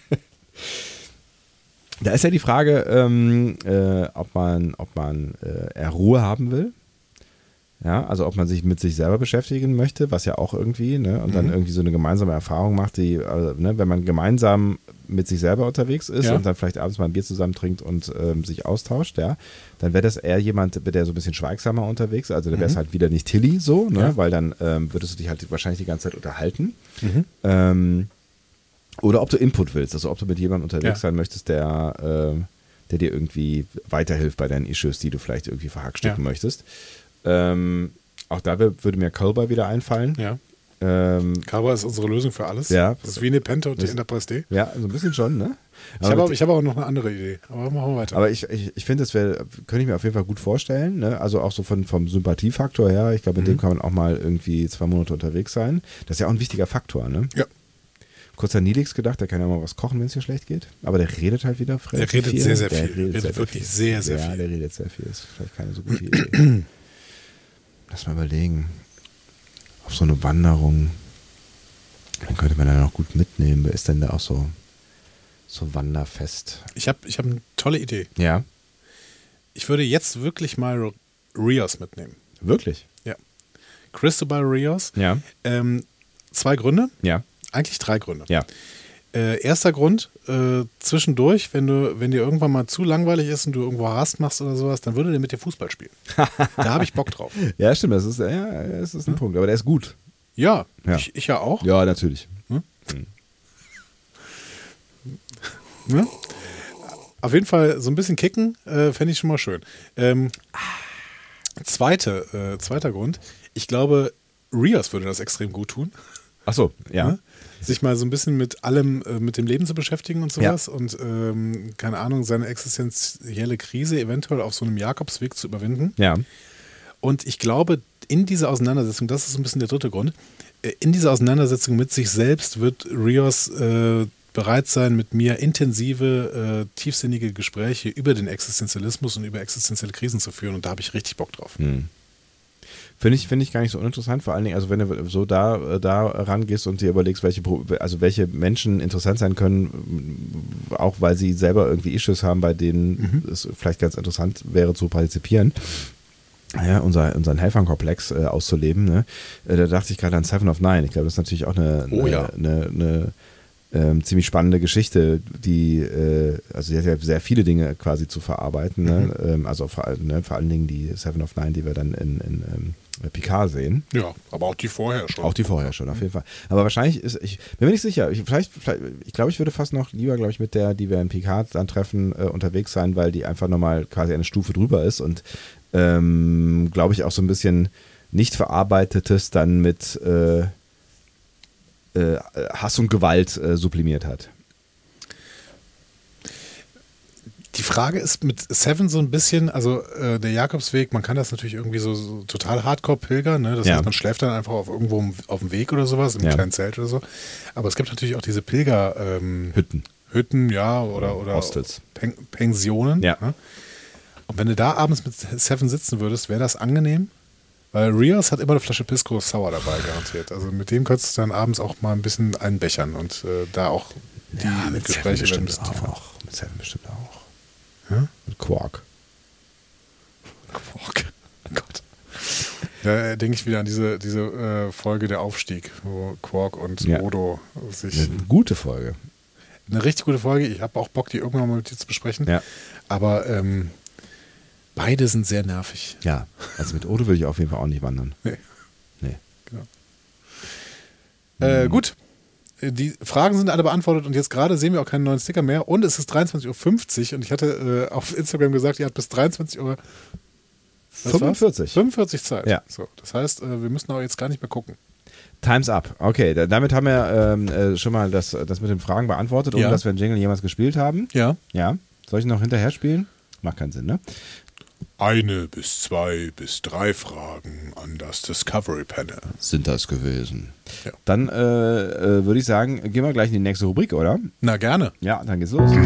Da ist ja die Frage, ähm, äh, ob man, ob man äh, eher Ruhe haben will. Ja, also ob man sich mit sich selber beschäftigen möchte, was ja auch irgendwie, ne, und dann Mhm. irgendwie so eine gemeinsame Erfahrung macht, die, also, ne, wenn man gemeinsam mit sich selber unterwegs ist Ja. und dann vielleicht abends mal ein Bier zusammen trinkt und ähm, sich austauscht, ja, dann wäre das eher jemand, der so ein bisschen schweigsamer unterwegs ist, also da wäre es Mhm. halt wieder nicht Tilly so, ne, Ja. weil dann ähm, würdest du dich halt wahrscheinlich die ganze Zeit unterhalten. Mhm. Ähm, oder ob du Input willst, also ob du mit jemandem unterwegs Ja. sein möchtest, der, ähm, der dir irgendwie weiterhilft bei deinen Issues, die du vielleicht irgendwie verhackstücken Ja. möchtest. Ähm, auch da wär- würde mir Culber wieder einfallen. Ja. Ähm, Cowper ist unsere Lösung für alles. Ja. Das ist wie eine Pente und die Das- Enterprise D. ja, so ein bisschen schon, ne? Ich habe aber, ich hab aber noch eine andere Idee. Aber machen wir weiter. aber ich, ich, ich finde, das wär, könnte ich mir auf jeden Fall gut vorstellen. Ne? Also auch so von, vom Sympathiefaktor her. Ich glaube, mit Mhm. dem kann man auch mal irgendwie zwei Monate unterwegs sein. Das ist ja auch ein wichtiger Faktor, ne? Ja. Kurz an Nilix gedacht, der kann ja mal was kochen, wenn es dir schlecht geht. Aber der redet halt wieder frei. Der redet sehr, sehr der viel. Redet, Redet sehr, wirklich viel. sehr, sehr ja, viel. der redet sehr viel. Ist vielleicht keine so gute Idee. Lass mal überlegen. Auf so eine Wanderung. Dann könnte man dann auch gut mitnehmen. Wer ist denn da auch so, so wanderfest? Ich habe ich hab eine tolle Idee. Ja, Ich würde jetzt wirklich mal Rios mitnehmen. wirklich? Ja. Cristobal Rios. Ja, Ähm, zwei Gründe. ja, Eigentlich drei Gründe. ja. Äh, erster Grund, äh, zwischendurch, wenn du, wenn dir irgendwann mal zu langweilig ist und du irgendwo Rast machst oder sowas, dann würde der mit dir Fußball spielen. Da habe ich Bock drauf. Ja, stimmt. Das ist, ja, das ist ein Punkt. Aber der ist gut. Ja, Ja. Ich, ich ja auch. Ja, natürlich. Ne? Auf jeden Fall so ein bisschen kicken, äh, fände ich schon mal schön. Ähm, zweite, äh, zweiter Grund, ich glaube, Rios würde das extrem gut tun. Ach so, ja. Ne? Sich mal so ein bisschen mit allem, äh, mit dem Leben zu beschäftigen und sowas und, ähm, keine Ahnung, seine existenzielle Krise eventuell auf so einem Jakobsweg zu überwinden. Ja. Und ich glaube, in dieser Auseinandersetzung, das ist so ein bisschen der dritte Grund, äh, in dieser Auseinandersetzung mit sich selbst wird Rios äh, bereit sein, mit mir intensive, äh, tiefsinnige Gespräche über den Existenzialismus und über existenzielle Krisen zu führen. Und da habe ich richtig Bock drauf. Hm. Finde ich, finde ich gar nicht so uninteressant, vor allen Dingen, also wenn du so da, da rangehst und dir überlegst, welche, Pro- also welche Menschen interessant sein können, auch weil sie selber irgendwie Issues haben, bei denen es vielleicht ganz interessant wäre zu partizipieren, ja, unser, unseren Helfernkomplex äh, auszuleben, ne? Äh, da dachte ich gerade an Seven of Nine. Ich glaube, das ist natürlich auch eine, eine, Oh ja. eine, eine ähm, ziemlich spannende Geschichte, die, äh, also sie hat ja sehr viele Dinge quasi zu verarbeiten, ne? ähm, also vor, allem, ne? vor allen Dingen die Seven of Nine, die wir dann in, in ähm, Picard sehen. Ja, aber auch die vorher schon. Auch die vorher schon, auf jeden Fall. Aber wahrscheinlich ist, ich bin mir nicht sicher, ich, vielleicht, vielleicht, ich glaube, ich würde fast noch lieber, glaube ich, mit der, die wir in Picard dann treffen, äh, unterwegs sein, weil die einfach nochmal quasi eine Stufe drüber ist und, ähm, glaube ich, auch so ein bisschen nicht verarbeitetes dann mit äh, äh, Hass und Gewalt äh, sublimiert hat. Die Frage ist mit Seven so ein bisschen, also äh, der Jakobsweg, man kann das natürlich irgendwie so, so total hardcore pilgern, ne? Das Ja. heißt, man schläft dann einfach auf irgendwo auf dem Weg oder sowas, im Ja. kleinen Zelt oder so. Aber es gibt natürlich auch diese Pilger ähm, Hütten. Hütten, ja, oder, oder Hostels. Pen Pensionen. Ja. Ne? Und wenn du da abends mit Seven sitzen würdest, wäre das angenehm? Weil Rios hat immer eine Flasche Pisco Sour dabei, garantiert. Also mit dem könntest du dann abends auch mal ein bisschen einbechern und äh, da auch die Ja, mit Seven Gespräche werden ein bestimmt bisschen tiefer. auch. Mit Seven bestimmt auch. Ja? Mit Quark. Quark. Oh Gott. Da denke ich wieder an diese, diese äh, Folge Der Aufstieg, wo Quark und Ja. Odo sich. Eine gute Folge. Eine richtig gute Folge. Ich habe auch Bock, die irgendwann mal mit dir zu besprechen. Ja. Aber ähm, beide sind sehr nervig. Ja, also mit Odo will ich auf jeden Fall auch nicht wandern. Nee. Nee. Äh, gut. Die Fragen sind alle beantwortet und jetzt gerade sehen wir auch keinen neuen Sticker mehr. Und es ist dreiundzwanzig Uhr fünfzig und ich hatte äh, auf Instagram gesagt, ihr habt bis dreiundzwanzig Uhr was war's? fünfundvierzig. fünfundvierzig Zeit. Ja. So, das heißt, äh, wir müssen auch jetzt gar nicht mehr gucken. Time's up. Okay, da, damit haben wir ähm, äh, schon mal das, das mit den Fragen beantwortet, ohne Ja. dass wir einen Jingle jemals gespielt haben. Ja. Ja. Soll ich noch hinterher spielen? Macht keinen Sinn, ne? Eine bis zwei bis drei Fragen an das Discovery Panel. Sind das gewesen. Ja. Dann äh, äh, würde ich sagen, gehen wir gleich in die nächste Rubrik, oder? Na, gerne. Ja, dann geht's los.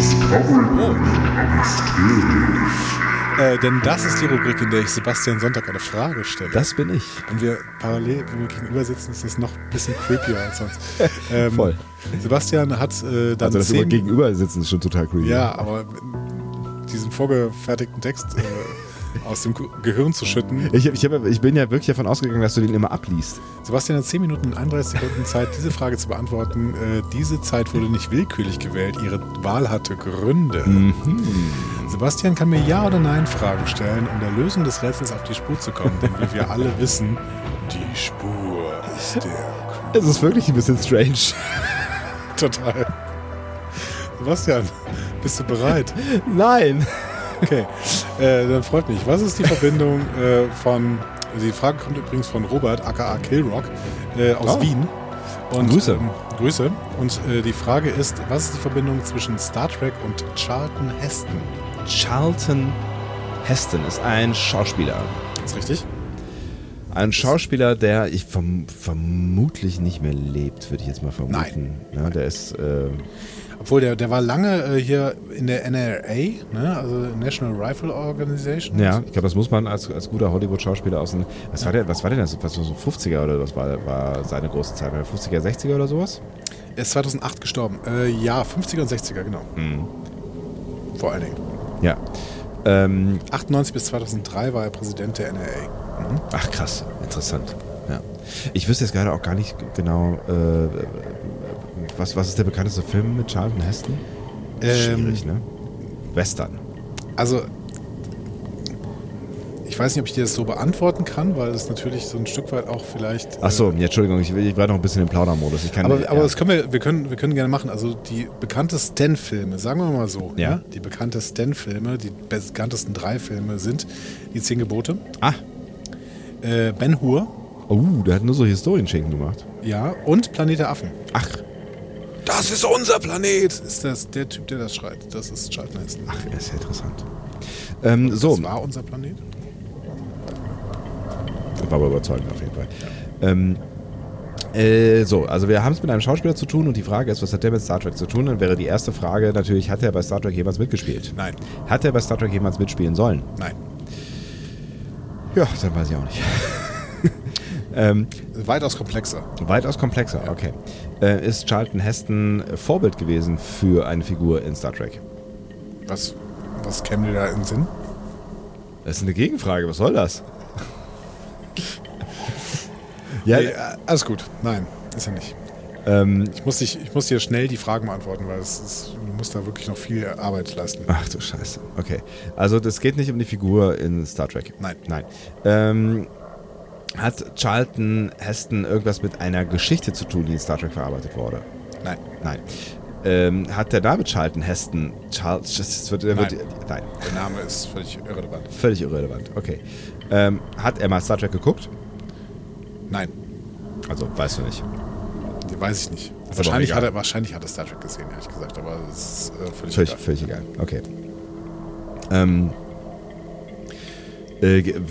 Äh, denn das ist die Rubrik, in der ich Sebastian Sonntag eine Frage stelle. Das bin ich. Und wir parallel, wenn wir gegenüber sitzen, ist das noch ein bisschen creepier als sonst. Ähm, Voll. Sebastian hat äh, dann Also das zehn... immer gegenüber sitzen ist schon total creepy. Ja, aber diesen vorgefertigten Text äh, aus dem Gehirn zu schütten. Ich, ich, hab, ich bin ja wirklich davon ausgegangen, dass du den immer abliest. Sebastian hat zehn Minuten und einunddreißig Sekunden Zeit, diese Frage zu beantworten. Äh, diese Zeit wurde nicht willkürlich gewählt. Ihre Wahl hatte Gründe. Mhm. Sebastian kann mir Ja- oder Nein-Fragen stellen, um der Lösung des Rätsels auf die Spur zu kommen. Denn wie wir alle wissen, die Spur ist der Es ist wirklich ein bisschen strange. Total. Sebastian, bist du bereit? Nein. Okay, äh, dann freut mich. Was ist die Verbindung äh, von, die Frage kommt übrigens von Robert, aka Killrock, äh, aus Oh. Wien. Und, Grüße. Ähm, Grüße. Und äh, die Frage ist, was ist die Verbindung zwischen Star Trek und Charlton Heston? Charlton Heston ist ein Schauspieler. Ist richtig? Ein Schauspieler, der ich verm vermutlich nicht mehr lebt, würde ich jetzt mal vermuten. Ja, der ist... Äh, Obwohl, der, der war lange äh, hier in der N R A, ne? Also National Rifle Organization. Ja, ich glaube, das muss man als, als guter Hollywood-Schauspieler aus den... Was war der, was war denn das? Was war so fünfziger oder was war, war seine große Zeit? War der fünfziger, sechziger oder sowas? Er ist zweitausendacht gestorben. Äh, ja, fünfziger und sechziger, genau. Mhm. Vor allen Dingen. Ja. Ähm, achtundneunzig bis zweitausenddrei war er Präsident der N R A. Mhm. ach krass, interessant. Ja. Ich wüsste jetzt gerade auch gar nicht genau, äh, was, was ist der bekannteste Film mit Charlton Heston? Schwierig, Ähm, ne? Western. Also, ich weiß nicht, ob ich dir das so beantworten kann, weil es natürlich so ein Stück weit auch vielleicht... Ach so, äh, ja, Entschuldigung, ich, ich war noch ein bisschen im Plaudermodus. Ich kann, aber, ja. aber das können wir, wir können, wir können gerne machen. Also die bekanntesten Filme, sagen wir mal so, Ja. ne? Die bekanntesten Filme, die bekanntesten drei Filme sind die Zehn Gebote, Ah, äh, Ben Hur, oh, der hat nur so Historienschinken gemacht. ja, und Planet der Affen. Ach, Das ist unser Planet! Ist das der Typ, der das schreit? Das ist Charlton Heston. ach, er ist ja interessant. Ähm, so, Das war unser Planet? war aber überzeugend auf jeden Fall. Ähm, äh, so, also wir haben es mit einem Schauspieler zu tun und die Frage ist, was hat der mit Star Trek zu tun? Dann wäre die erste Frage natürlich, hat er bei Star Trek jemals mitgespielt? Nein. Hat er bei Star Trek jemals mitspielen sollen? Nein. Ja, dann weiß ich auch nicht. ähm, Weitaus komplexer. weitaus komplexer, okay. Äh, ist Charlton Heston Vorbild gewesen für eine Figur in Star Trek? Was, was käme dir da in den Sinn? Das ist eine Gegenfrage, was soll das? ja, Nee, äh, alles gut. Nein, ist er nicht. ähm, Ich muss, dich, ich muss dir schnell die Fragen beantworten, weil es ist, du musst da wirklich noch viel Arbeit leisten. ach du Scheiße, okay. Also das geht nicht um die Figur in Star Trek? Nein. Nein. Ähm, hat Charlton Heston irgendwas mit einer Geschichte zu tun, die in Star Trek verarbeitet wurde? Nein. Nein. Ähm, hat der Name Charlton Heston... Charles, das wird, der Nein. Wird, nein. Der Name ist völlig irrelevant. Völlig irrelevant, okay. Ähm, hat er mal Star Trek geguckt? Nein, Also, weißt du nicht. die weiß ich nicht. aber Wahrscheinlich egal. hat, er, wahrscheinlich hat er Star Trek gesehen, ehrlich gesagt, aber das ist äh, völlig, Völlig, egal. völlig egal. Okay. Ähm, äh, ge-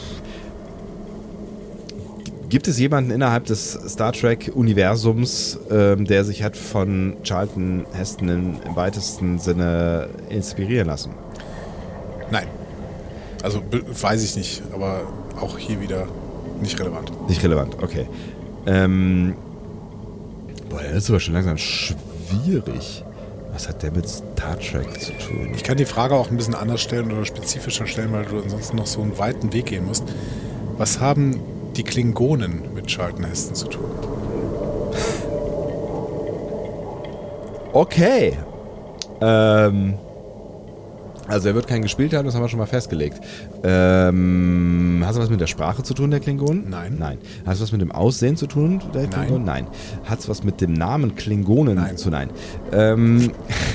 gibt es jemanden innerhalb des Star Trek-Universums, ähm, der sich hat von Charlton Heston im, im weitesten Sinne inspirieren lassen? Nein. Also be- weiß ich nicht, aber auch hier wieder nicht relevant. Nicht relevant, okay. Ähm, boah, das ist aber schon langsam schwierig. Was hat der mit Star Trek zu tun? Ich kann die Frage auch ein bisschen anders stellen oder spezifischer stellen, weil du ansonsten noch so einen weiten Weg gehen musst. Was haben die Klingonen mit Charlton Heston zu tun? Okay. Ähm, also er wird keinen gespielt haben, das haben wir schon mal festgelegt. Ähm, hat es was mit der Sprache zu tun, der Klingonen? Nein. Nein. Hat es was mit dem Aussehen zu tun, der Nein. Klingonen? Nein. Hat es was mit dem Namen Klingonen Nein. zu tun? Nein. Ähm,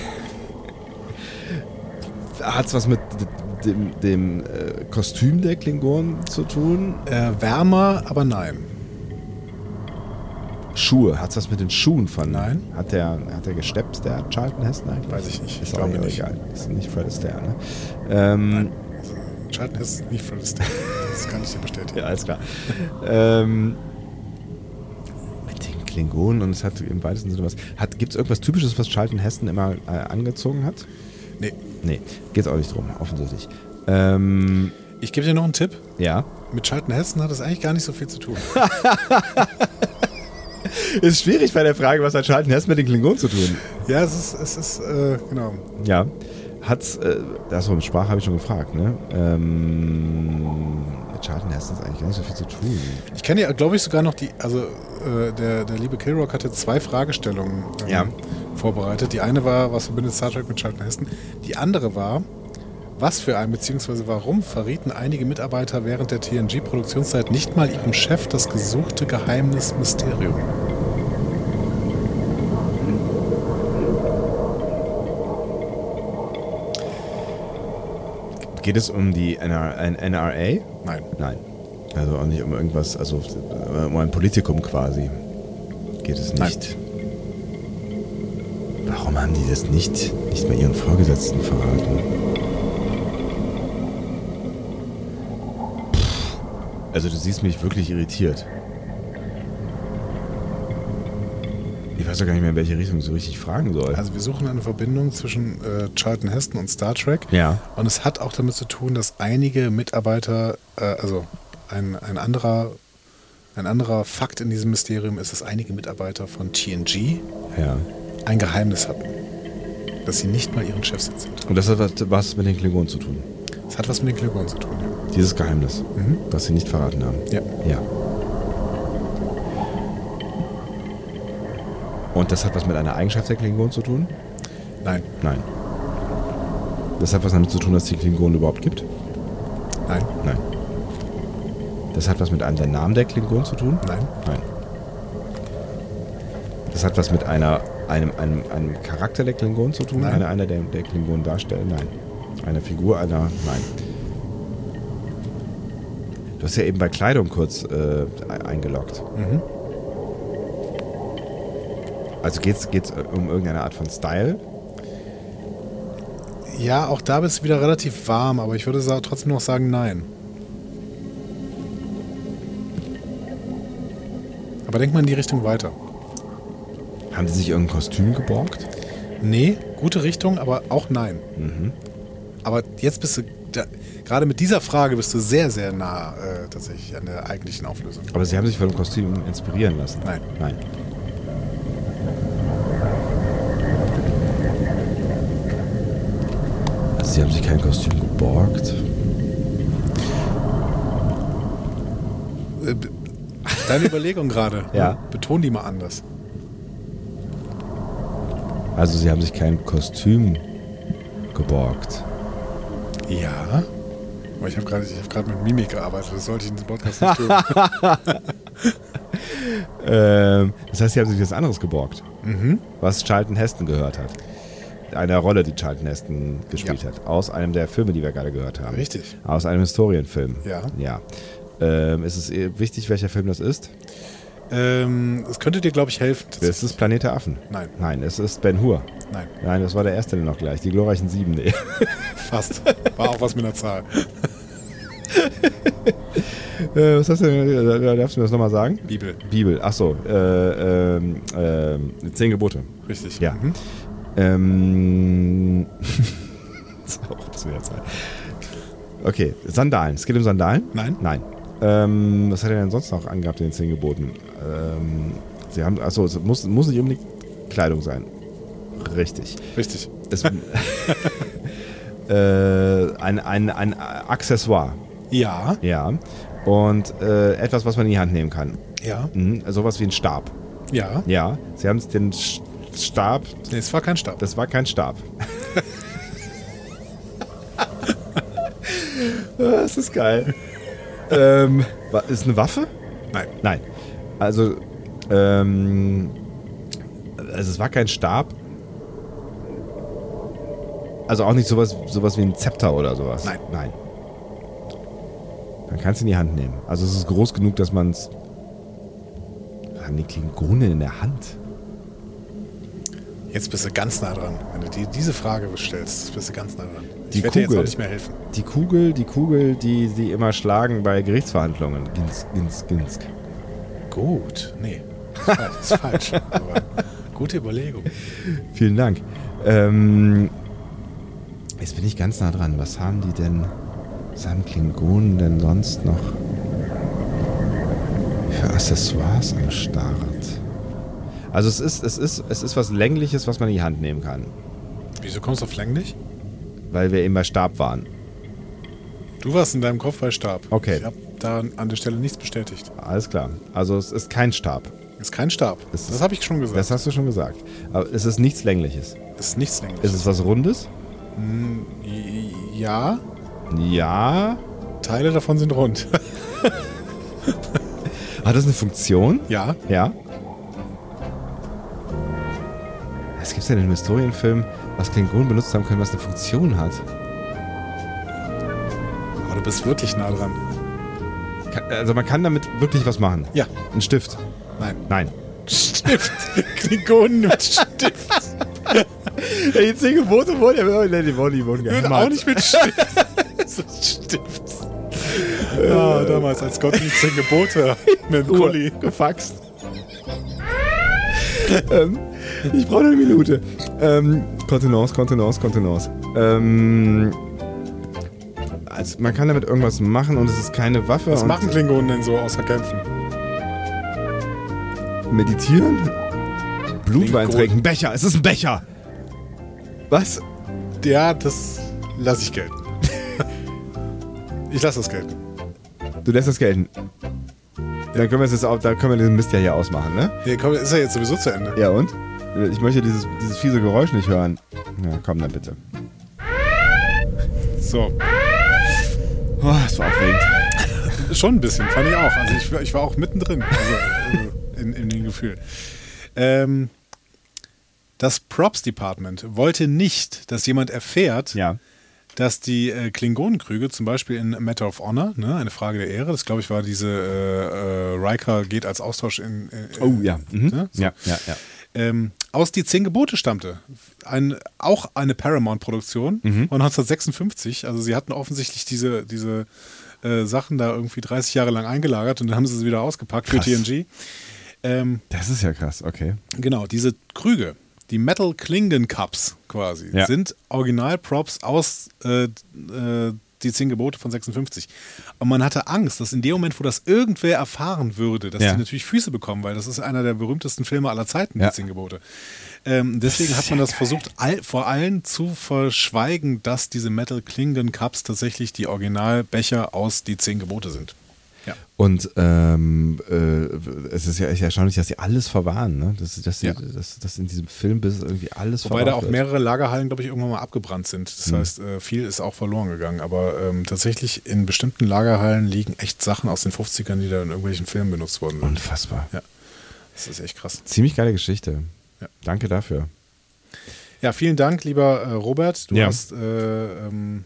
hat es was mit dem, dem äh, Kostüm der Klingonen zu tun? Äh, wärmer, aber nein. Schuhe. Hat es was mit den Schuhen von? Nein. Hat der, hat der gesteppt, der Charlton Heston eigentlich? Weiß ich nicht. Ist Ich auch glaube nicht nicht. egal. Ist nicht Fred Astaire, ne? Ähm, Charlton Heston ist nicht Fred Astaire. Das kann ich dir bestätigen. Ja, alles klar. ähm, mit den Klingonen und es hat im weitesten Sinne was. Gibt es irgendwas Typisches, was Charlton Heston immer äh, angezogen hat? Nee. Nee, geht es auch nicht drum, offensichtlich. Ähm, Ich gebe dir noch einen Tipp. ja. Mit Charlton Heston hat das eigentlich gar nicht so viel zu tun. Ist schwierig bei der Frage, was hat Charlton Heston mit den Klingonen zu tun? Ja, es ist, es ist äh, genau. Ja. Hat's, äh, achso, mit Sprache habe ich schon gefragt, ne? Ähm, mit Charlton Heston ist eigentlich gar nicht so viel zu tun. Ich kenne ja, glaube ich, sogar noch die, also äh, der, der liebe Kilrock hatte zwei Fragestellungen ähm, Ja. vorbereitet. Die eine war, was verbindet Star Trek mit Charlton Heston? Die andere war, was für ein, beziehungsweise warum verrieten einige Mitarbeiter während der T N G-Produktionszeit nicht mal ihrem Chef das gesuchte Geheimnis Mysterium? Geht es um die N R A? Nein. Nein. Also auch nicht um irgendwas, also um ein Politikum quasi. Geht es nicht. Warum haben die das nicht, nicht mal ihren Vorgesetzten verraten? Pff. Also du siehst mich wirklich irritiert. Ich weiß doch gar nicht mehr, in welche Richtung ich so richtig fragen soll. Also wir suchen eine Verbindung zwischen äh, Charlton Heston und Star Trek. Ja. Und es hat auch damit zu tun, dass einige Mitarbeiter, äh, also ein, ein, anderer, ein anderer Fakt in diesem Mysterium ist, dass einige Mitarbeiter von T N G Ja. ein Geheimnis hatten. Dass sie nicht mal ihren Chefs erzählt haben. Und das hat was, was mit den Klingonen zu tun. Das hat was mit den Klingonen zu tun, ja. Dieses Geheimnis, Mhm. das sie nicht verraten haben. Ja. Ja. Und das hat was mit einer Eigenschaft der Klingonen zu tun? Nein, Nein. Das hat was damit zu tun, dass es die Klingonen überhaupt gibt? nein, Nein. Das hat was mit einem der Namen der Klingonen zu tun? nein, Nein. Das hat was mit einer, einem, einem, einem Charakter der Klingonen zu tun? Nein. Einer, einer der, der Klingonen darstellen? Nein. Eine Figur einer? Nein. Du hast ja eben bei Kleidung kurz äh, eingeloggt. Mhm. Also geht es um irgendeine Art von Style? Ja, auch da bist du wieder relativ warm, aber ich würde sa- trotzdem noch sagen, nein. Aber denk mal in die Richtung weiter. Haben sie sich irgendein Kostüm geborgt? Nee, gute Richtung, aber auch nein. Mhm. Aber jetzt bist du, da, gerade mit dieser Frage bist du sehr, sehr nah äh, tatsächlich an der eigentlichen Auflösung. Aber sie haben sich von dem Kostüm inspirieren lassen? Nein. Nein. Also sie haben sich kein Kostüm geborgt? Äh, b- Deine Überlegung gerade, Ja. ne? Beton die mal anders. Also sie haben sich kein Kostüm geborgt. Ja. Aber ich habe gerade ich hab gerade mit Mimik gearbeitet, das sollte ich in diesem Podcast nicht tun. Ähm, das heißt, sie haben sich was anderes geborgt, Mhm. was Charlton Heston gehört hat. Eine Rolle, die Charlton Heston gespielt Ja. hat. Aus einem der Filme, die wir gerade gehört haben. Richtig. Aus einem Historienfilm. Ja. Ja. Ähm, ist es eh wichtig, welcher Film das ist? Ähm, es könnte dir, glaube ich, helfen. Es ist Planet der Affen. Nein. Nein, es ist Ben Hur. Nein, Nein, das war der erste noch gleich. Die glorreichen Sieben. Nee. fast. War auch was mit einer Zahl. äh, was hast du denn? äh, Darfst du mir das nochmal sagen? Bibel. Bibel. Achso. Äh, ähm, ähm, Zehn Gebote. Richtig. Ja. Mhm. Ähm. das ist auch zu der Zeit. Okay, Sandalen. Es geht um Sandalen? Nein. Nein. Ähm, was hat er denn sonst noch angehabt in den Zehn Geboten? Ähm, sie haben, achso, es muss, muss nicht unbedingt Kleidung sein. Richtig. Richtig. Es, äh, ein, ein, ein Accessoire. Ja. Ja. Und äh, etwas, was man in die Hand nehmen kann. Ja. Mhm. Sowas wie ein Stab. Ja. Ja. Sie haben den Sch- Stab. Nee, es war kein Stab. Das war kein Stab. Das ist geil. ähm, wa- ist eine Waffe? Nein. Nein. Also, ähm, also es war kein Stab. Also auch nicht sowas, sowas wie ein Zepter oder sowas. Nein. Nein. Man kann es in die Hand nehmen. Also es ist groß genug, dass man es... Was haben die Klingonen in der Hand? Jetzt bist du ganz nah dran. Wenn du dir diese Frage stellst, bist du ganz nah dran. Ich Die werde dir jetzt Kugel. auch nicht mehr helfen. Die Kugel, die Kugel, die sie immer schlagen bei Gerichtsverhandlungen. Ginsk, Ginsk, Ginsk. Gut. Nee, das ist falsch. Aber gute Überlegung. Vielen Dank. Ähm, jetzt bin ich ganz nah dran. Was haben die denn, was haben Klingonen denn sonst noch für Accessoires am Start? Also es ist, es ist, es ist was Längliches, was man in die Hand nehmen kann. Wieso kommst du auf länglich? Weil wir eben bei Stab waren. Du warst in deinem Kopf bei Stab. Okay. Ich habe da an der Stelle nichts bestätigt. Alles klar. Also es ist kein Stab. Ist kein Stab. Es ist- Das habe ich schon gesagt. Das hast du schon gesagt. Aber es ist nichts Längliches. ist nichts länglich. Ist es was Rundes? Ja, Ja. Teile davon sind rund. Hat das eine Funktion? Ja. Ja. Was gibt es denn in einem Historienfilm, was Klingonen benutzt haben können, was eine Funktion hat? Aber du bist wirklich nah dran. Kann, also man kann damit wirklich was machen. Ja. Ein Stift. Nein. Nein. Stift. Klingonen mit Stift. Ja, die zehn Gebote wurden ja ne, die wurden, die wurden Würde auch nicht mit Stift. so ein Stift. Ja, damals als Gott die zehn Gebote mit dem Kuli. gefaxt. ähm, ich brauche noch eine Minute. Ähm, Kontenance, Kontenance, Kontenance. Ähm, also man kann damit irgendwas machen und es ist keine Waffe. Was und machen Klingonen denn so außer kämpfen? Meditieren? Blutwein Klingonen. trinken. Becher. Es ist ein Becher. Was? Ja, das lasse ich gelten. Ich lasse das gelten. Du lässt das gelten. Dann können wir es jetzt auch, dann können wir diesen Mist ja hier ausmachen, ne? Nee, komm, ist ja jetzt sowieso zu Ende. Ja und? Ich möchte dieses, dieses fiese Geräusch nicht hören. Ja, komm dann bitte. So. Oh, das war aufregend. Schon ein bisschen, fand ich auch. Also ich, war- ich war auch mittendrin also, also in, in dem Gefühl. Ähm, das Props Department wollte nicht, dass jemand erfährt, Ja. dass die äh, Klingonenkrüge, zum Beispiel in A Matter of Honor, ne, eine Frage der Ehre, das glaube ich war diese äh, äh, Riker geht als Austausch in, in Oh ja. Mhm. Ne? So. Ja, ja, ja. ähm, aus Die Zehn Gebote stammte. Ein, auch eine Paramount-Produktion Mhm. von neunzehnhundertsechsundfünfzig. Also sie hatten offensichtlich diese, diese äh, Sachen da irgendwie dreißig Jahre lang eingelagert und dann haben sie sie wieder ausgepackt Krass. für T N G. Ähm, Das ist ja krass, okay. genau, diese Krüge, die Metal Klingon Cups quasi, Ja. sind Original-Props aus äh, äh, Die Zehn Gebote von sechsundfünfzig. Und man hatte Angst, dass in dem Moment, wo das irgendwer erfahren würde, dass Ja. die natürlich Füße bekommen, weil das ist einer der berühmtesten Filme aller Zeiten, Ja. Die Zehn Gebote. Ähm, deswegen hat man das versucht, all, vor allen zu verschweigen, dass diese Metal Klingon Cups tatsächlich die Originalbecher aus Die Zehn Gebote sind. Ja. Und ähm, äh, es ist ja echt erstaunlich, dass sie alles verwahren, ne? Dass, dass, sie, Ja. dass, dass in diesem Film bis irgendwie alles Wobei da verwahrt auch wird. mehrere Lagerhallen, glaube ich, irgendwann mal abgebrannt sind. Das Hm. heißt, äh, viel ist auch verloren gegangen. Aber ähm, tatsächlich in bestimmten Lagerhallen liegen echt Sachen aus den fünfzigern, die da in irgendwelchen Filmen benutzt worden sind. Unfassbar. Ja, das ist echt krass. Ziemlich geile Geschichte. Ja. Danke dafür. Ja, vielen Dank, lieber äh, Robert. Du Ja. hast, äh, ähm,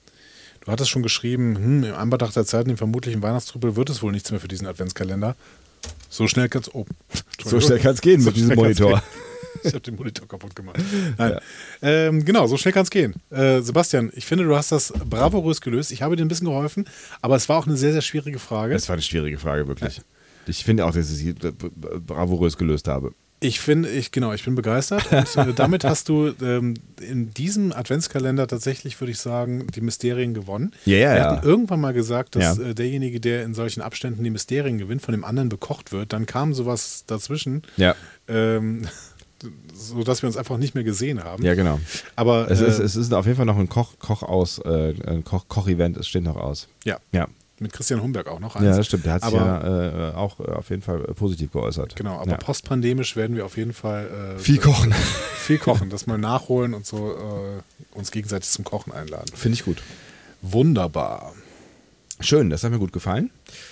du hattest schon geschrieben, hm, im Anbetracht der Zeit, im vermutlichen Weihnachtstrubel wird es wohl nichts mehr für diesen Adventskalender. So schnell kann's. Oh, So schnell kann es gehen So mit diesem schnell kann's Monitor. gehen. Ich habe den Monitor kaputt gemacht. Nein. Ähm, genau, so schnell kann es gehen. Äh, Sebastian, ich finde, du hast das bravourös gelöst. Ich habe dir ein bisschen geholfen, aber es war auch eine sehr, sehr schwierige Frage. Das war eine schwierige Frage, wirklich. Ich finde auch, dass ich sie bravourös gelöst habe. Ich finde, ich, genau, ich bin begeistert. Und äh, damit hast du ähm, in diesem Adventskalender tatsächlich, würde ich sagen, die Mysterien gewonnen. Ja, ja, Wir ja. hatten irgendwann mal gesagt, dass Ja. äh, derjenige, der in solchen Abständen die Mysterien gewinnt, von dem anderen bekocht wird. Dann kam sowas dazwischen, Ja, ähm, sodass wir uns einfach nicht mehr gesehen haben. ja, genau. Aber Es, äh, ist, es ist auf jeden Fall noch ein Koch, Koch aus, äh, ein Koch, Koch-Event, es steht noch aus. ja, Ja. mit Christian Humberg auch noch Ja, eins. das stimmt. Der hat sich aber, ja äh, auch äh, auf jeden Fall äh, positiv geäußert. Genau, aber ja. postpandemisch werden wir auf jeden Fall äh, Viel kochen. viel kochen, das mal nachholen und so äh, uns gegenseitig zum Kochen einladen. Finde ich gut. Wunderbar. Schön, das hat mir gut gefallen.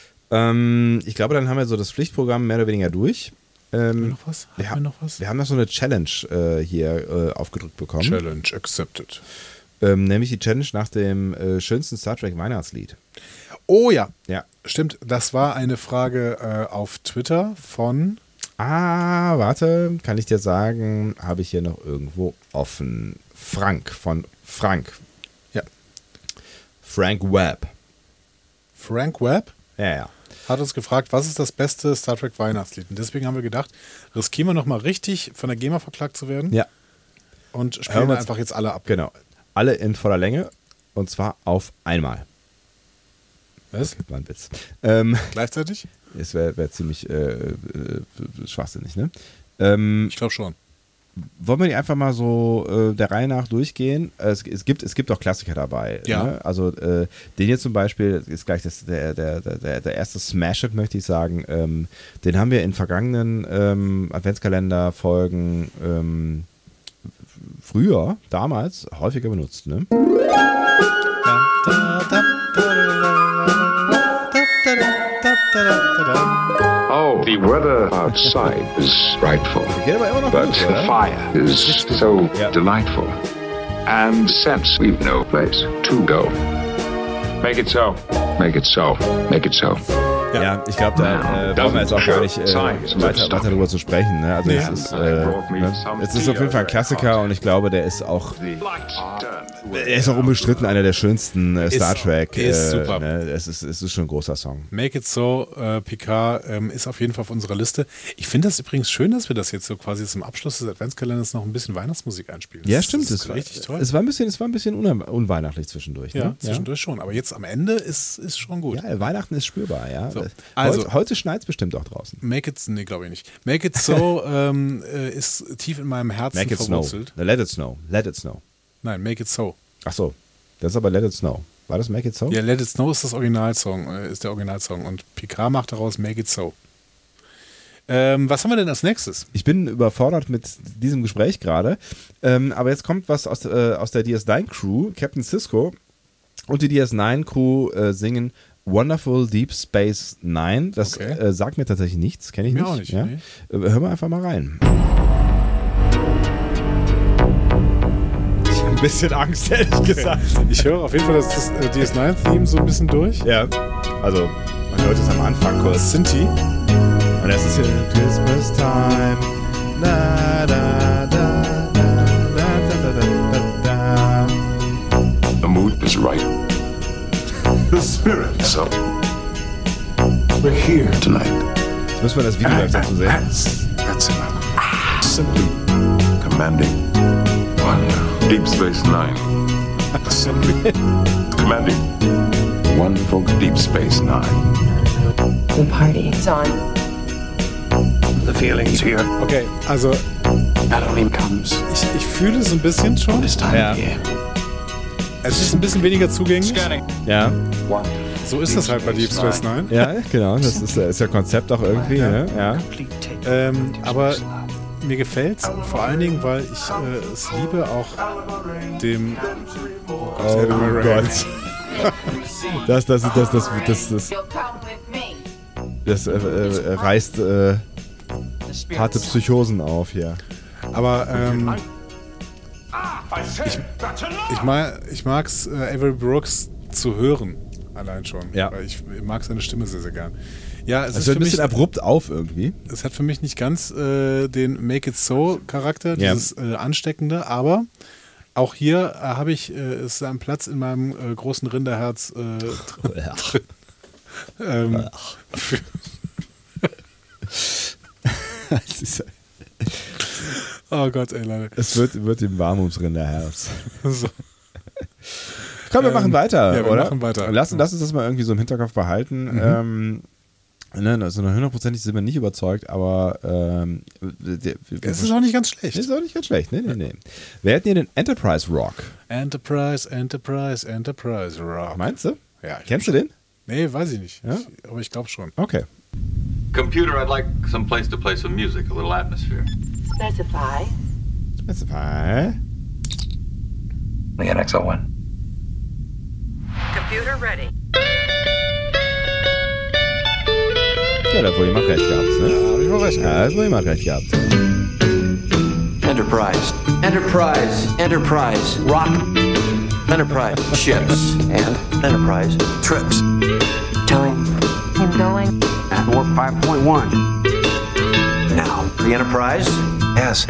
Ähm, ich glaube, dann haben wir so das Pflichtprogramm mehr oder weniger durch. Haben wir Ähm, noch was? Haben wir, wir ha- noch was? wir haben noch so eine Challenge äh, hier äh, aufgedrückt bekommen. Challenge accepted. Ähm, nämlich die Challenge nach dem äh, schönsten Star Trek Weihnachtslied. Oh ja, Ja. stimmt. Das war eine Frage äh, auf Twitter von Ah, warte, kann ich dir sagen, habe ich hier noch irgendwo offen. Frank von Frank. Ja. Frank Webb. Frank Webb Ja, ja. hat uns gefragt, was ist das beste Star Trek Weihnachtslied? Und deswegen haben wir gedacht, riskieren wir nochmal richtig von der GEMA verklagt zu werden Ja, und Hören spielen wir einfach jetzt alle ab. genau. Alle in voller Länge und zwar auf einmal. Was? War ein Witz. Ähm, Gleichzeitig? es wäre wär ziemlich äh, äh, schwachsinnig, ne? Ähm, Ich glaube schon. wollen wir die einfach mal so äh, der Reihe nach durchgehen? Es, es, gibt, es gibt auch Klassiker dabei. Ja. Ne? Also äh, den hier zum Beispiel ist gleich das, der, der, der, der erste Smash-Hit, möchte ich sagen. Ähm, den haben wir in vergangenen ähm, Adventskalender-Folgen ähm, früher, damals, häufiger benutzt. Ne? Oh, the weather outside is frightful, Geht aber immer noch but gut, the oder? fire is so Yeah. delightful. And since we've no place to go, make it so. Make it so. Make it so. Ja, ich glaube, da äh, brauchen wir jetzt auch gar nicht äh, weiter, weiter darüber zu sprechen. Ne? Also Nee. es, ist, äh, ne? es ist auf jeden Fall ein Klassiker und ich glaube, der ist auch, er ist auch unbestritten einer der schönsten äh, Star Ist- Trek. ist äh, super. Ne? Es, ist, es ist schon ein großer Song. Make It So, äh, Picard ähm, ist auf jeden Fall auf unserer Liste. Ich finde das übrigens schön, dass wir das jetzt so quasi zum Abschluss des Adventskalenders noch ein bisschen Weihnachtsmusik einspielen. Ja, Das- stimmt. Das ist es war, richtig toll. Es war ein bisschen, es war ein bisschen un unweihnachtlich zwischendurch. ja, Ne? zwischendurch schon. Aber jetzt am Ende ist, ist schon gut. Ja, Weihnachten ist spürbar, ja. So, Heute, also- heute schneit es bestimmt auch draußen. Make It, nee, glaube ich nicht. Make It So ähm, äh, ist tief in meinem Herzen Make it snow. verwurzelt. Let it snow. Let it snow. Nein, Make It So. Ach so, das ist aber Let it snow. War das Make it so? Ja, Let It Snow ist das Originalsong, äh, ist der Originalsong und Picard macht daraus Make It So. Ähm, was haben wir denn als nächstes? Ich bin überfordert mit diesem Gespräch gerade. Ähm, aber jetzt kommt was aus, äh, aus der D S neun Crew. Captain Sisko und die D S neun Crew äh, singen Wonderful Deep Space Nine. Das Okay. äh, sagt mir tatsächlich nichts, kenne ich Mir nicht. auch nicht, ja? nee. äh, hören wir einfach mal rein. Ich habe ein bisschen Angst, ehrlich gesagt. Ich höre auf jeden Fall das, das äh, D S neun Theme so ein bisschen durch. Ja, also man hört es am Anfang kurz. Sinti. Und das ist hier Christmas Time. Da, da, da, da, da, da, da, da. The mood is right. The spirit. So, we're here tonight. Jetzt müssen wir das Video gleich dazu sehen. That's, that's enough. Simply commanding. One. Deep Space Nine. Simply commanding. Wonderful Deep Space Nine. The party's on. The feeling's here. Okay, also Adeline comes ich, ich fühle es ein bisschen schon. this time Ja. of year. Es ist ein bisschen weniger zugänglich. Ja, One. So ist das halt bei Deep Space Nine. ja, genau. Das ist, ist ja Konzept auch irgendwie. Ne? Ja. Ähm, aber mir gefällt es vor allen Dingen, weil ich äh, es liebe auch dem Oh Gott. Das, das, das, das, das, das, das, das äh, äh, reißt äh, harte Psychosen auf hier. Aber ähm, ich, ich, mag, ich mag es, äh, Avery Brooks zu hören, allein schon. Ja. Weil ich mag seine Stimme sehr, sehr gern. Ja, es Es ist hört für ein bisschen mich, abrupt auf irgendwie. es hat für mich nicht ganz äh, den Make It So Charakter, Ja. dieses äh, Ansteckende, aber auch hier äh, habe ich, äh, ist ein Platz in meinem äh, großen Rinderherz äh, drin. ähm, für, Es, ist, oh Gott, ey, Leute. es wird, wird ihm warm ums Rinderherz. So. Komm, wir Ähm, machen weiter, ja, wir oder? machen weiter. Lass, lass uns das mal irgendwie so im Hinterkopf behalten. Mhm. Ähm, ne, also hundertprozentig sind wir nicht überzeugt, aber ähm, der, Es ist auch nicht ganz schlecht. ist auch nicht ganz schlecht. Nee, nee, nee. Wir hätten hier den Enterprise Rock. Enterprise, Enterprise, Enterprise Rock. Meinst du? Ja, ich Kennst du den? Nee, weiß ich nicht. Ja? Ich, aber ich glaube schon. Okay. Computer, I'd like some place to play some music, a little atmosphere. Specify. Specify. The N X L one. Computer ready. Ja, da hat wohl jemand recht gehabt. Ne? Ja, hab ich wohl recht. Ja, da hat wohl jemand recht gehabt. Enterprise. Enterprise. Enterprise. Rock. Enterprise. Ships. And Enterprise. Trips. Telling. Him going. At warp five point one. Now. The Enterprise? Yes.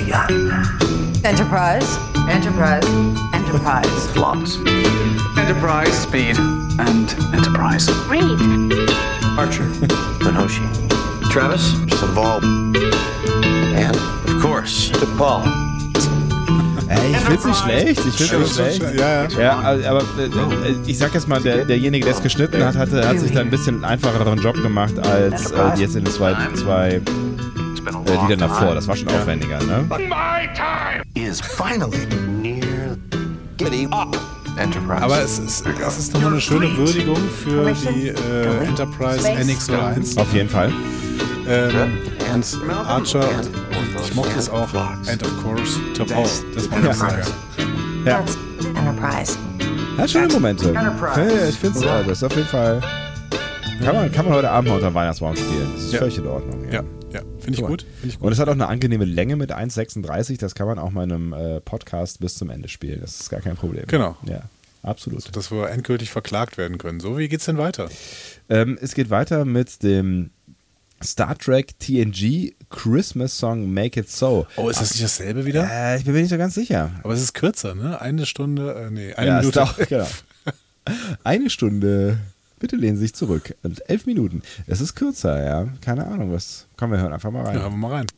Enterprise. Enterprise. Enterprise. Flops. Enterprise, Speed, and Enterprise. Read. Archer. Minoshi. Travis. Saval. And, of course, Paul. Ey, ich find's nicht schlecht, ich find's nicht schlecht. Ja, ja. Ja, aber äh, ich sag jetzt mal, der, derjenige, der es geschnitten hat, hatte, hat sich da ein bisschen einfacheren Job gemacht als äh, jetzt in den zwei, zwei äh, Liedern davor. Das war schon aufwendiger, ne? My time Is finally near getting up. Enterprise. Aber es ist, es ist nochmal eine schöne Würdigung für die äh, Enterprise N X null eins. Auf jeden Fall. Ähm, und Archer, und ich mochte es auch, and of course, Top Paul. Das war ja sehr geil. Ja. Enterprise. Hat schöne Momente. Okay, ich find's, ja, das ist auf jeden Fall. Kann man, kann man heute Abend mal unter Weihnachtsbaum spielen. Das ist Ja. völlig in Ordnung. Ja, ja, finde ich Guck mal. gut. Find ich gut. Und es hat auch eine angenehme Länge mit eins Komma sechsunddreißig. Das kann man auch mal in einem äh, Podcast bis zum Ende spielen. Das ist gar kein Problem. Genau. Ja, absolut. Dass wir endgültig verklagt werden können. So, wie geht's denn weiter? Ähm, es geht weiter mit dem Star Trek T N G Christmas Song Make It So. Oh, ist das nicht dasselbe wieder? Äh, ich bin mir nicht so ganz sicher. Aber es ist kürzer, ne? Eine Stunde, äh, nee, eine Ja, ist Minute. auch, genau. Eine Stunde. Bitte lehnen Sie sich zurück. Und elf Minuten. Es ist kürzer, ja. Keine Ahnung, was. Komm, wir hören einfach mal rein. Ja, hören wir mal rein.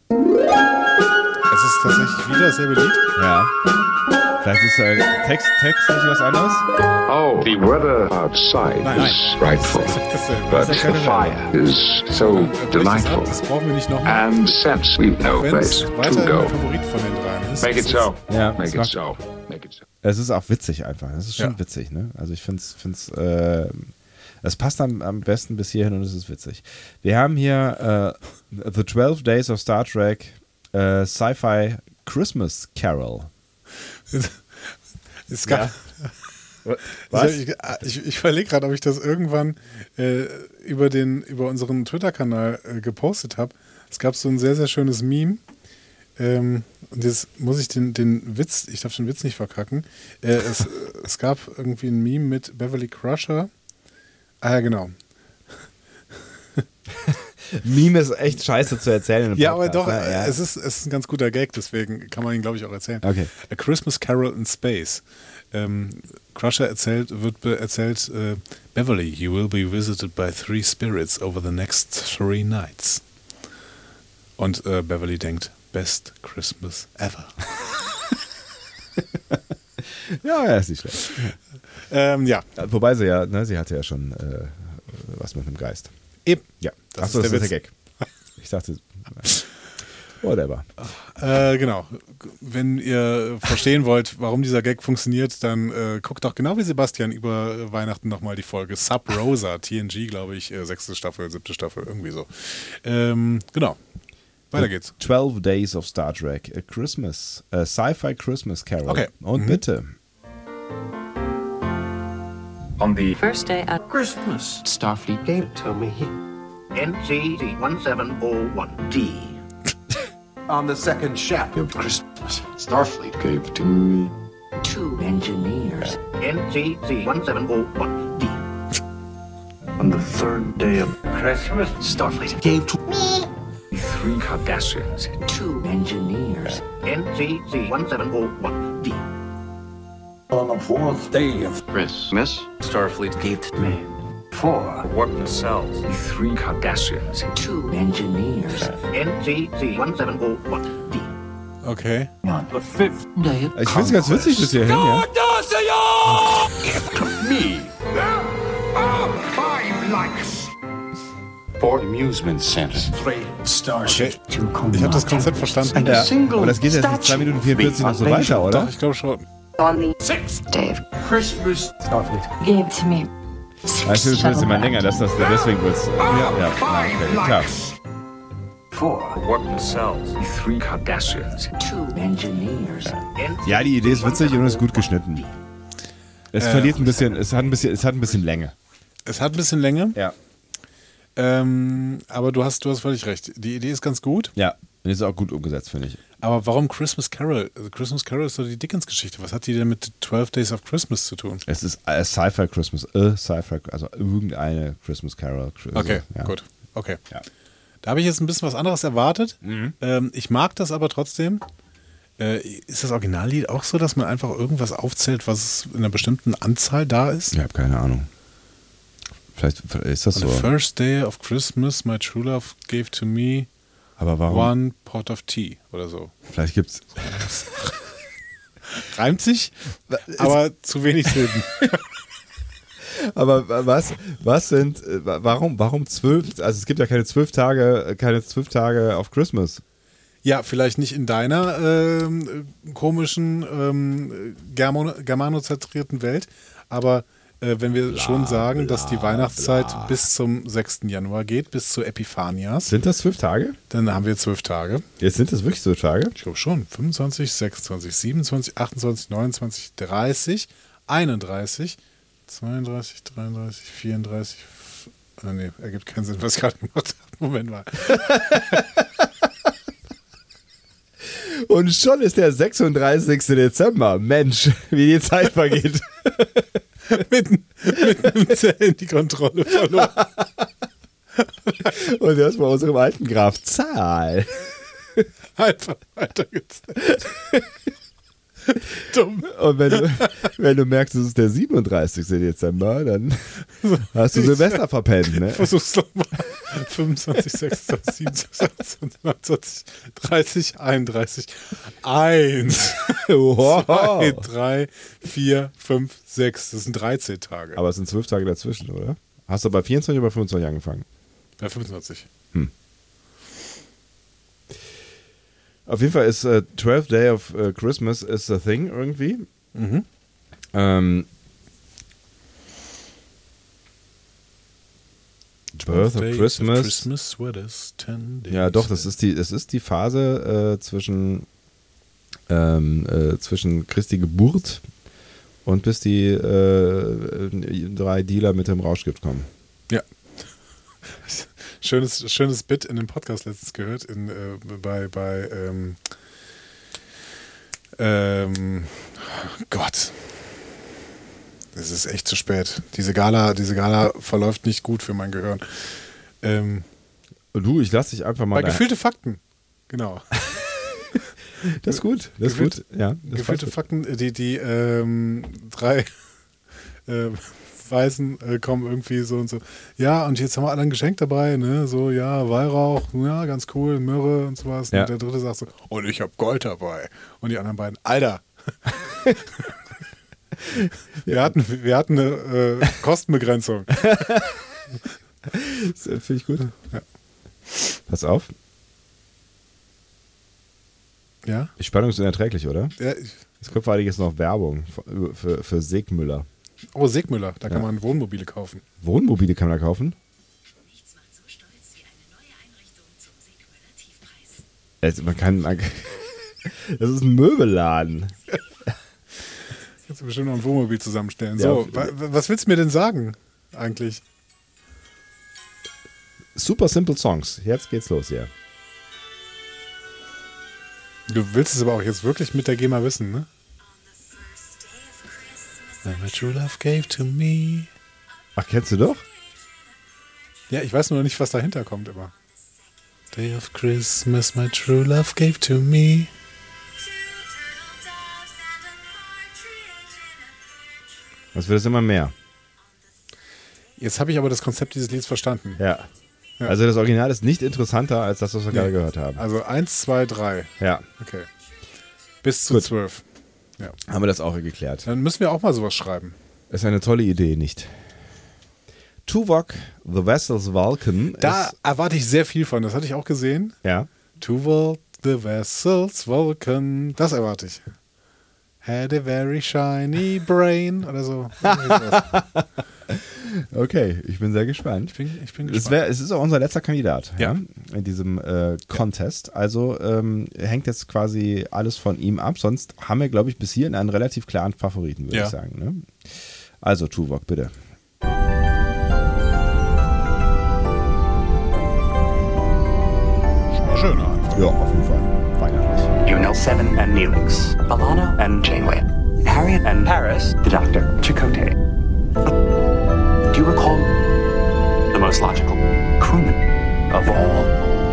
Es ist tatsächlich wieder dasselbe Lied. Ja. Vielleicht ist der Text, Text nicht was anderes? Oh, the weather outside Nein, is frightful, Dasselbe. but the fire is so Dann bricht das ab, delightful. das brauchen wir nicht nochmal. And since we've no Wenn place es to weiterhin go, mein Favorit von den dreien ist. make it ist so. Ja, Make es it macht- so. Make it so. Es ist auch witzig einfach. Es ist schon Ja. witzig, ne? Also ich finde es, find's, äh, es passt am, am besten bis hierhin und es ist witzig. Wir haben hier äh, The twelve Days of Star Trek äh, Sci-Fi Christmas Carol. Es gab, Was? Ich, ich, ich überlege gerade, ob ich das irgendwann äh, über, den, über unseren Twitter-Kanal äh, gepostet habe. Es gab so ein sehr, sehr schönes Meme. Ähm, und jetzt muss ich den, den Witz, ich darf den Witz nicht verkacken. Äh, es, es gab irgendwie ein Meme mit Beverly Crusher. Ah ja, genau. Meme ist echt scheiße zu erzählen. Im Ja, aber Podcast, doch, ne? Ja. es, ist, es ist ein ganz guter Gag, deswegen kann man ihn, glaube ich, auch erzählen. Okay. A Christmas Carol in Space. Ähm, Crusher erzählt, wird be erzählt, äh, Beverly, you will be visited by three spirits over the next three nights. Und äh, Beverly denkt, best Christmas ever. Ja, ja, ist nicht schlecht. ähm, ja, Wobei sie ja, ne, sie hatte ja schon äh, was mit einem Geist. eben. Ja, Das achso, ist das der ist der Gag. Ich dachte, whatever. Äh, genau. Wenn ihr verstehen wollt, warum dieser Gag funktioniert, dann äh, guckt doch genau wie Sebastian über äh, Weihnachten nochmal die Folge Sub Rosa, T N G, glaube ich, äh, sechste Staffel, siebte Staffel, irgendwie so. Ähm, genau. Weiter geht's. twelve Days of Star Trek, a Christmas, a Sci-Fi Christmas Carol. Okay. Und Mhm. bitte. On the First day at Christmas. Starfleet gave it to me. N C C one seven oh one D. On the second shaft of Christmas. Starfleet gave to me. two engineers. N C C one seven oh one D. On the third day of Christmas. Starfleet gave to me. three Cardassians. Two engineers. N C C one seven oh one D. On the fourth day of Christmas. Starfleet gave to me. four. Warp themselves. Three Cardassians. Two engineers. N C C one seven oh one D. Okay. On the fifth Day Ich finde es ganz witzig bis hierhin, ja. to me. Five likes. for amusement center. Three starships. Ich habe das Konzept verstanden. Ja, aber das geht jetzt nicht zwei Minuten vierundvierzig noch so weiter, oder? Doch, ich glaube schon. on the Sixth day of Christmas. Starfleet. gave to me. Ah, ich finde es ein bisschen mal länger, dass das deswegen wird es. Ja, ja, okay, klar. Four. Warp themselves. Three Cardassians. Two engineers. Ja, die Idee ist witzig und ist gut geschnitten. Es Äh, verliert ein bisschen, es hat ein bisschen, es hat ein bisschen Länge. Es hat ein bisschen Länge, Ja. ähm, aber du hast, du hast völlig recht. Die Idee ist ganz gut, Ja, und ist auch gut umgesetzt, finde ich. aber warum Christmas Carol? Also Christmas Carol ist doch die Dickens-Geschichte. Was hat die denn mit twelve Days of Christmas zu tun? Es ist a Sci-Fi Christmas, a Sci-Fi, also irgendeine Christmas Carol. Also, Okay, ja. gut. Okay. Ja. Da habe ich jetzt ein bisschen was anderes erwartet. Mhm. Ähm, ich mag das aber trotzdem. Äh, ist das Originallied auch so, dass man einfach irgendwas aufzählt, was in einer bestimmten Anzahl da ist? Ich habe keine Ahnung. Vielleicht ist das On so. the first day of Christmas, my true love gave to me Aber warum? one pot of tea oder so. Vielleicht gibt's. Reimt sich, aber zu wenig Silben. Aber was, was sind, warum, warum zwölf, also es gibt ja keine zwölf Tage, keine zwölf Tage auf Christmas. Ja, vielleicht nicht in deiner ähm, komischen, ähm, Germano- germanozentrierten Welt, aber äh, wenn wir Bla, schon sagen, bla, dass die Weihnachtszeit bla. bis zum sechsten Januar geht, bis zu Epiphanias, Sind das zwölf Tage? dann haben wir zwölf Tage. Jetzt sind das wirklich zwölf Tage? Ich glaube schon. fünfundzwanzig, sechsundzwanzig, siebenundzwanzig, achtundzwanzig, neunundzwanzig, dreißig, einunddreißig, zweiunddreißig, dreiunddreißig, vierunddreißig. F- äh, nee, ergibt keinen Sinn, was ich gerade gemacht habe. Moment mal. Und schon ist der sechsunddreißigste Dezember. Mensch, wie die Zeit vergeht. mitten, mitten im Zellen die Kontrolle verloren. Und das bei unserem alten Graf Zahl. Einfach weitergezählt. Dumm. Und wenn du, wenn du merkst, es ist der siebenunddreißigste Dezember, dann hast du Silvester verpennt, ne? Versuch's nochmal. fünfundzwanzig, sechsundzwanzig, siebenundzwanzig, achtundzwanzig, neunundzwanzig, dreißig, einunddreißig, eins, Wow. zwei, drei, vier, fünf, sechs. Das sind dreizehn Tage. Aber es sind zwölf Tage dazwischen, oder? Hast du bei vierundzwanzig oder bei fünfundzwanzig angefangen? Bei fünfundzwanzig. Auf jeden Fall ist uh, twelfth Day of uh, Christmas is a thing irgendwie. Mhm. Ähm, Birth of Days Christmas. Christmas sweaters, ten days. Ja, doch, das ist die, das ist die Phase äh, zwischen, ähm, äh, zwischen Christi Geburt und bis die äh, drei Dealer mit dem Rauschgift kommen. Ja. Schönes, schönes Bit in dem Podcast letztens gehört, in, äh, bei, bei ähm, ähm, Gott. Es ist echt zu spät. Diese Gala, diese Gala verläuft nicht gut für mein Gehirn. Ähm, Du, ich lass dich einfach mal. bei da- gefühlte Fakten. Genau. Das ist gut, das ist Gefühlt- gut. Ja, das Gefühlte passt. Fakten, die, die ähm, drei äh, Weisen äh, kommen irgendwie so und so. Ja, und jetzt haben wir alle ein Geschenk dabei, ne? So, ja, Weihrauch, ja, ganz cool, Myrrhe und sowas. Ja. Und der dritte sagt so, und ich hab Gold dabei. Und die anderen beiden, Alter. wir, hatten, wir hatten eine äh, Kostenbegrenzung. Das äh, finde ich gut. Ja. Pass auf. Ja? Die Spannung ist unerträglich, oder? ja ich, Jetzt kommt vor allem jetzt noch Werbung für, für, für Segmüller. oh, Segmüller, da kann Ja. man Wohnmobile kaufen. Wohnmobile kann man da kaufen? Nichts macht so stolz wie eine neue Einrichtung zum Segmüller Tiefpreis. Also man kann, man, das ist ein Möbelladen. Kannst du bestimmt noch ein Wohnmobil zusammenstellen. Ja, So, auf- wa was willst du mir denn sagen, eigentlich? Super Simple Songs. Jetzt geht's los, ja. Du willst es aber auch jetzt wirklich mit der GEMA wissen, ne? And my true love gave to me. Ach, kennst du doch? Ja, ich weiß nur noch nicht, was dahinter kommt immer. Day of Christmas, my true love gave to me. Das wird es immer mehr. Jetzt habe ich aber das Konzept dieses Lieds verstanden. Ja. Ja. Also das Original ist nicht interessanter als das, was wir Nee. gerade gehört haben. Also eins, zwei, drei. Ja. Okay. Bis zu Gut. zwölf. Ja. Haben wir das auch geklärt. Dann müssen wir auch mal sowas schreiben. Ist eine tolle Idee, nicht? Tuvok, The Vessel's Vulcan. Da ist, erwarte ich sehr viel von. Das hatte ich auch gesehen. ja. Tuvok, the vessel's Vulcan. Das erwarte ich. Had a very shiny brain oder so. Okay, ich bin sehr gespannt. Ich bin, ich bin Es, gespannt. wär, es ist auch unser letzter Kandidat Ja. ja. in diesem äh, Contest. Also ähm, hängt jetzt quasi alles von ihm ab. Sonst haben wir, glaube ich, bis hierhin einen relativ klaren Favoriten, würde Ja. ich sagen. Ne? Also Tuvok, bitte. War schöner Anfang. Ja, auf jeden Fall. Weihnachtlich. You know Seven and Neelix, Alana and Janeway, Harriet and Paris, the Doctor, Chakotay. Do you recall the most logical crewman of all?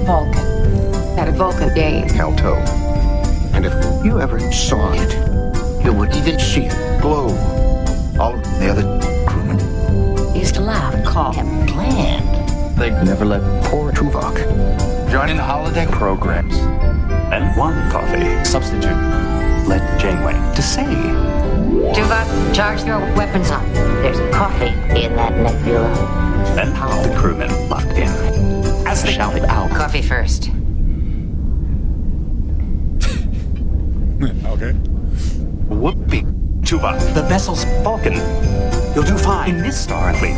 Vulcan. At a Vulcan day. Calto. And if you ever saw it, you would even see it glow. All of the other crewmen Used to laugh and call him bland. they never let poor Tuvok join the holiday programs. And one coffee substitute led Janeway to say, Tuvok, charge your weapons up. There's coffee in that nebula. and how the crewmen locked in as they shouted out, Coffee first. Okay. Whoopee, Tuvok, the vessel's Vulcan. You'll do fine in this Starfleet.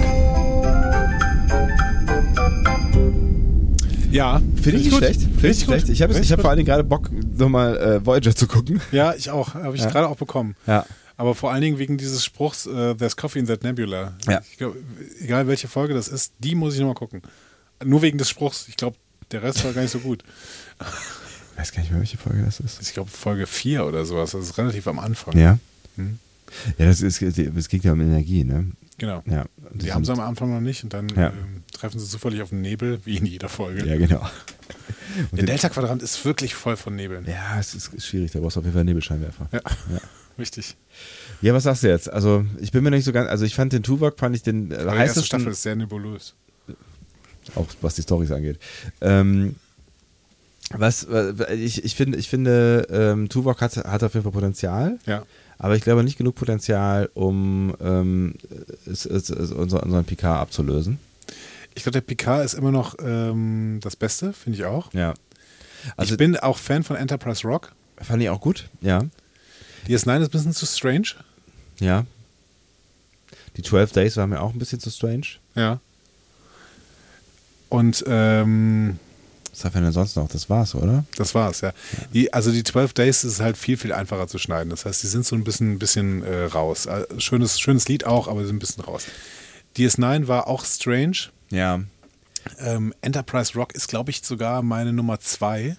Ja. Finde ich nicht gut. schlecht. Finde ich Richtig nicht schlecht. gut. Ich habe Richtig ich hab gut. vor allen Dingen gerade Bock, nochmal äh, Voyager zu gucken. Ja, ich auch. Habe ich Ja. gerade auch bekommen. Ja. Aber vor allen Dingen wegen dieses Spruchs, äh, There's Coffee in that Nebula. Ja. Ich glaub, egal welche Folge das ist, die muss ich nochmal gucken. Nur wegen des Spruchs. Ich glaube, der Rest war gar nicht so gut. Ich weiß gar nicht mehr, welche Folge das ist. Ich glaube, Folge vier oder sowas. Das ist relativ am Anfang. Ja. Hm. Ja, das ist, es geht ja um Energie, ne? Genau. Ja. Die haben sie am Anfang noch nicht und dann Ja. ähm, treffen sie zufällig auf den Nebel, wie in jeder Folge. Ja, genau. Und Der Delta-Quadrant ist wirklich voll von Nebeln. Ja, es ist schwierig. Da brauchst du auf jeden Fall einen Nebelscheinwerfer. Ja. Ja. Richtig. Ja, was sagst du jetzt? Also, ich bin mir nicht so ganz. Also, ich fand den Tuvok, fand ich den äh, Aber die erste Staffel heißesten. ist sehr nebulös. Auch was die Storys angeht. Ähm, was, äh, ich, ich finde, ich finde ähm, Tuvok hat, hat auf jeden Fall Potenzial. Ja. Aber ich glaube nicht genug Potenzial, um ähm, es, es, es, unser, unseren Picard abzulösen. Ich glaube, der Picard ist immer noch ähm, das Beste, finde ich auch. Ja. Also, ich bin auch Fan von Enterprise Rock. Fand ich auch gut, ja. D S neun ist ein bisschen zu strange. Ja. Die zwölf Days waren mir auch ein bisschen zu strange. Ja. Und ähm, was haben wir denn sonst noch? Das war's, oder? Das war's, ja. Die, also die zwölf Days ist halt viel, viel einfacher zu schneiden. Das heißt, die sind so ein bisschen, bisschen äh, raus. Äh, schönes, schönes Lied auch, aber die sind ein bisschen raus. D S neun war auch strange. Ja. Ähm, Enterprise Rock ist, glaube ich, sogar meine Nummer zwei.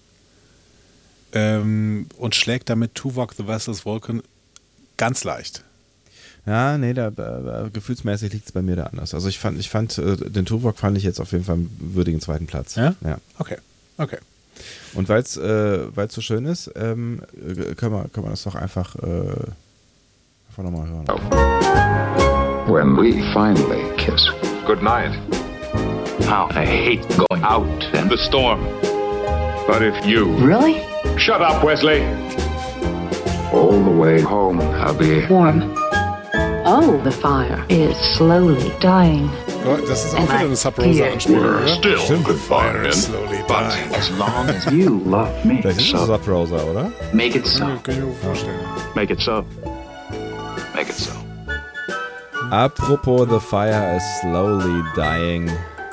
Ähm, und schlägt damit Tuvok the Vessel's Vulcan ganz leicht. Ja, nee, da, da gefühlsmäßig liegt es bei mir da anders. Also ich fand, ich fand, äh, den Tuvok fand ich jetzt auf jeden Fall einen würdigen zweiten Platz. Ja? Ja. Okay, okay. Und weil es äh, so schön ist, ähm, können, wir, können wir das doch einfach, äh, einfach nochmal hören. When we finally kiss. Good night. How I hate going out in the storm. But if you... Really? Shut up, Wesley! All the way home, I'll be... Warm. Oh, the fire is slowly dying. Ja, das ist auch wieder eine Sub-Rosa-Anspielung, We're oder? still Stimmt, the goodbye, fire is men. slowly But dying. As long as you love me. Vielleicht ist es Sub Rosa, oder? Make it Kann so. ich, kann ich mir vorstellen. Make it so. Make it so. Apropos The Fire is Slowly Dying.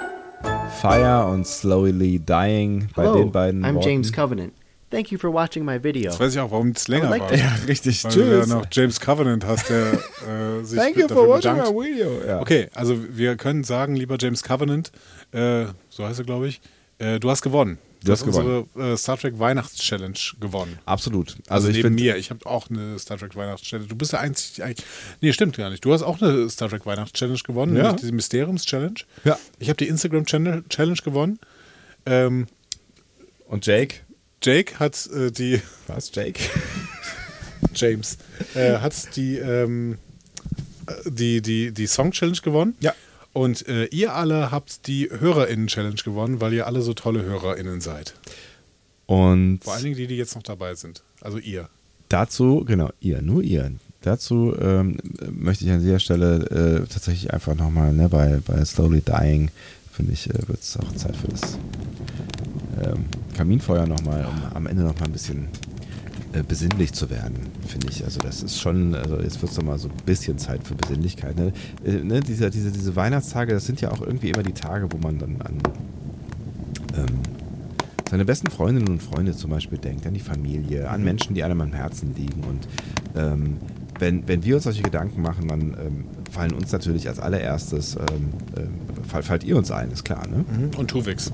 Fire und Slowly Dying bei Hello, den beiden I'm Worten. James Covenant. Thank you for watching my video. Jetzt weiß ich auch, warum es länger I would war. like to- Ja, richtig. Weil Tschüss. du ja noch James Covenant hast, der äh, sich Thank you dafür for watching bedankt. my video. Ja. Okay, also wir können sagen, lieber James Covenant, äh, so heißt er, glaube ich, äh, du hast gewonnen. Du hast unsere äh, Star Trek Weihnachts-Challenge gewonnen. Absolut. Also, Also ich neben finde, mir. Ich habe auch eine Star Trek Weihnachts-Challenge. Du bist der einzige, eigentlich. Nee, stimmt gar nicht. Du hast auch eine Star Trek Weihnachts-Challenge gewonnen, Ja. nämlich diese Mysteriums-Challenge. Ja. Ich habe die Instagram-Challenge gewonnen. Ähm, und Jake? Jake hat äh, die. Was, Jake? James. Äh, hat die, ähm, die, die, die Song-Challenge gewonnen. Ja. Und äh, ihr alle habt die HörerInnen-Challenge gewonnen, weil ihr alle so tolle HörerInnen seid. Und Vor allen Dingen die, die jetzt noch dabei sind. Also ihr. dazu, genau, ihr, nur ihr. Dazu ähm, möchte ich an dieser Stelle äh, tatsächlich einfach nochmal, ne, bei, bei Slowly Dying, finde ich, äh, wird es auch Zeit für das ähm, Kaminfeuer nochmal, um am Ende nochmal ein bisschen äh, besinnlich zu werden, finde ich. Also das ist schon, also jetzt wird es doch mal so ein bisschen Zeit für Besinnlichkeit. Ne? Äh, ne? Diese, diese, diese Weihnachtstage, das sind ja auch irgendwie immer die Tage, wo man dann an ähm, seine besten Freundinnen und Freunde zum Beispiel denkt, an die Familie, an Menschen, die einem am Herzen liegen. Und ähm, wenn, wenn wir uns solche Gedanken machen, dann ähm, fallen uns natürlich als allererstes, ähm, äh, fall, fallt ihr uns ein, ist klar, ne? Und Tuvix.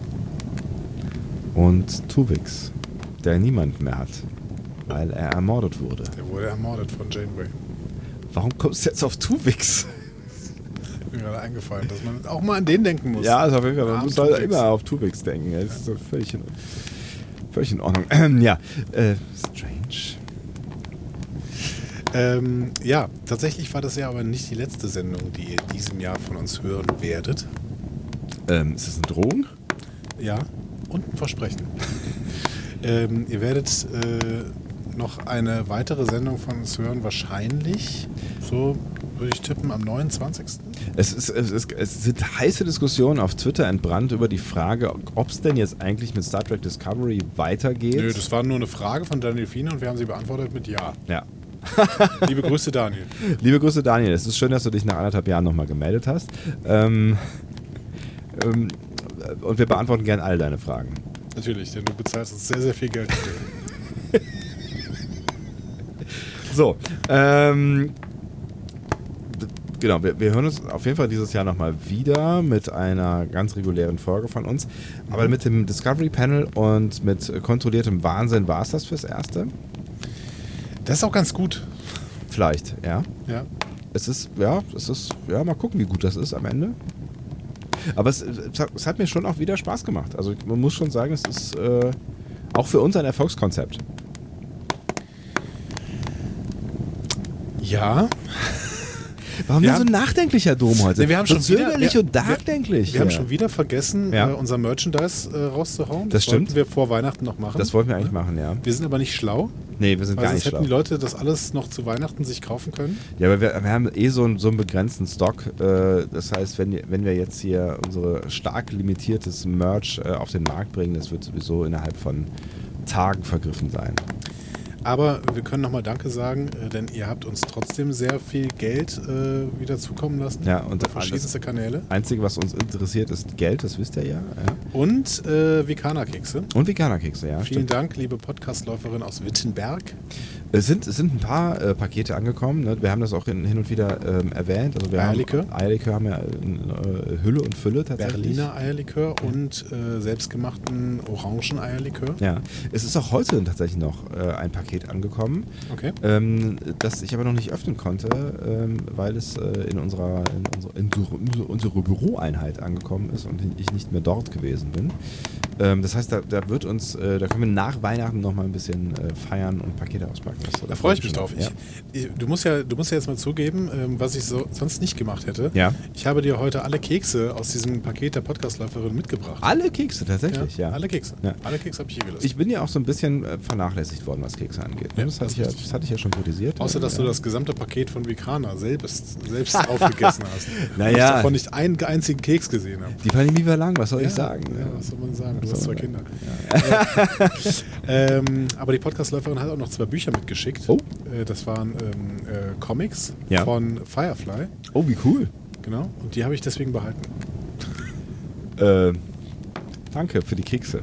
Und Tuvix, der niemanden mehr hat, weil er ermordet wurde. Der wurde ermordet von Janeway. Warum kommst du jetzt auf Tuvix? mir gerade eingefallen, dass man auch mal an den denken muss. Ja, also auf jeden Fall. Man Arm muss halt Tuvix. immer auf Tuvix denken. Das ist so völlig in, völlig in Ordnung. ja, äh, strange. Ähm, ja, tatsächlich war das ja aber nicht die letzte Sendung, die ihr in diesem Jahr von uns hören werdet. Ähm, ist das eine Drohung? Ja, und ein Versprechen. ähm, ihr werdet äh, noch eine weitere Sendung von uns hören, wahrscheinlich, so würde ich tippen, am neunundzwanzigsten Es, ist, es, ist, es sind heiße Diskussionen auf Twitter entbrannt über die Frage, ob es denn jetzt eigentlich mit Star Trek Discovery weitergeht. Nö, das war nur eine Frage von Daniel Fiene und wir haben sie beantwortet mit Ja. Ja. Liebe Grüße, Daniel. Liebe Grüße, Daniel. Es ist schön, dass du dich nach anderthalb Jahren nochmal gemeldet hast. Ähm, ähm, und wir beantworten gerne all deine Fragen. Natürlich, denn du bezahlst uns sehr, sehr viel Geld dafür. So, ähm, genau, wir, wir hören uns auf jeden Fall dieses Jahr nochmal wieder mit einer ganz regulären Folge von uns. Aber mit dem Discovery Panel und mit kontrolliertem Wahnsinn war es das fürs Erste. Das ist auch ganz gut. Vielleicht, ja. Ja. Es ist, ja, es ist, ja, mal gucken, wie gut das ist am Ende. Aber es, es, hat, es hat mir schon auch wieder Spaß gemacht. Also man muss schon sagen, es ist äh, auch für uns ein Erfolgskonzept. Ja. Warum Wir denn so haben- ein nachdenklicher Dom heute? Nee, wir haben so schon wieder- zögerlich wir- und nachdenklich. Wir, wir haben hier. schon wieder vergessen, Ja. äh, unser Merchandise äh, rauszuhauen. Das stimmt. wollten wir vor Weihnachten noch machen. Das wollten wir eigentlich machen, ja. Wir sind aber nicht schlau. Nee, wir sind weil gar sonst nicht hätten schlau. die Leute das alles noch zu Weihnachten sich kaufen können. Ja, aber wir, wir haben eh so einen, so einen begrenzten Stock. Äh, das heißt, wenn, wenn wir jetzt hier unsere stark limitiertes Merch äh, auf den Markt bringen, das wird sowieso innerhalb von Tagen vergriffen sein. Aber wir können nochmal Danke sagen, äh, denn ihr habt uns trotzdem sehr viel Geld äh, wieder zukommen lassen. Ja, und Über verschiedenste Kanäle. Das Einzige, was uns interessiert, ist Geld, das wisst ihr ja. ja. Und äh, Vikaner-Kekse. Und Veganer-Kekse, ja. Vielen stimmt. Dank, liebe Podcastläuferin aus Wittenberg. Es sind, es sind ein paar äh, Pakete angekommen. Ne? Wir haben das auch in, hin und wieder ähm, erwähnt. Also wir Eierlikör? Haben, Eierlikör haben ja äh, Hülle und Fülle tatsächlich. Berliner Eierlikör und äh, selbstgemachten Orangen-Eierlikör. Ja, es ist auch heute tatsächlich noch äh, ein Paket angekommen, Okay. ähm, das ich aber noch nicht öffnen konnte, ähm, weil es äh, in, unserer, in, unsere, in unsere, unsere Büroeinheit angekommen ist und ich nicht mehr dort gewesen bin. Ähm, das heißt, da, da wird uns, äh, da können wir nach Weihnachten noch mal ein bisschen äh, feiern und Pakete auspacken. Das, Da freue ich mich drauf. Ja. Ich, ich, du, musst ja, du musst ja jetzt mal zugeben, ähm, was ich so, sonst nicht gemacht hätte. Ja. Ich habe dir heute alle Kekse aus diesem Paket der Podcastläuferin mitgebracht. Alle Kekse tatsächlich, ja. Alle Kekse. Ja. Alle Kekse habe ich hier gelassen. Ich bin ja auch so ein bisschen äh, vernachlässigt worden, was Kekse angeht. Ja, das, hatte das ich ja, ist richtig. das hatte ich ja schon kritisiert. Außer, dass ja. du das gesamte Paket von Vikana selbst, selbst aufgegessen hast. Naja. Und ich davon nicht einen einzigen Keks gesehen habe. Die Pandemie war lang, was soll Ja, ich sagen? Ja, was soll man sagen? Du Was hast soll zwei man Kinder. Ja. ähm, aber die Podcastläuferin hat auch noch zwei Bücher mitgeschickt. Oh. Äh, das waren ähm, äh, Comics Ja. von Firefly. Oh, wie cool. Genau. Und die habe ich deswegen behalten. Äh, danke für die Kekse.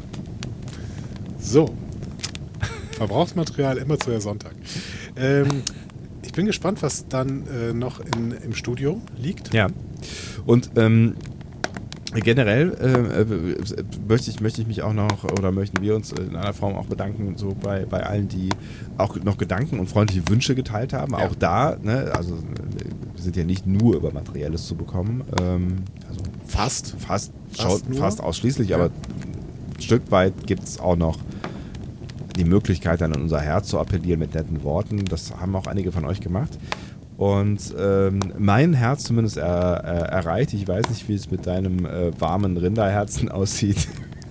So. Verbrauchsmaterial immer zu Sonntag. Ähm, ich bin gespannt, was dann äh, noch in, im Studio liegt. Ja. Und ähm, generell äh, äh, möchte, ich, möchte ich mich auch noch, oder möchten wir uns in einer Form auch bedanken, so bei, bei allen, die auch noch Gedanken und freundliche Wünsche geteilt haben. Ja. Auch da, ne, also wir sind ja nicht nur über Materielles zu bekommen. Ähm, also Fast. Fast, Fast schaut, nur. fast ausschließlich, Ja. aber ein Stück weit gibt es auch noch die Möglichkeit, dann in unser Herz zu appellieren mit netten Worten. Das haben auch einige von euch gemacht. Und ähm, mein Herz zumindest er, er, erreicht. Ich weiß nicht, wie es mit deinem äh, warmen Rinderherzen aussieht.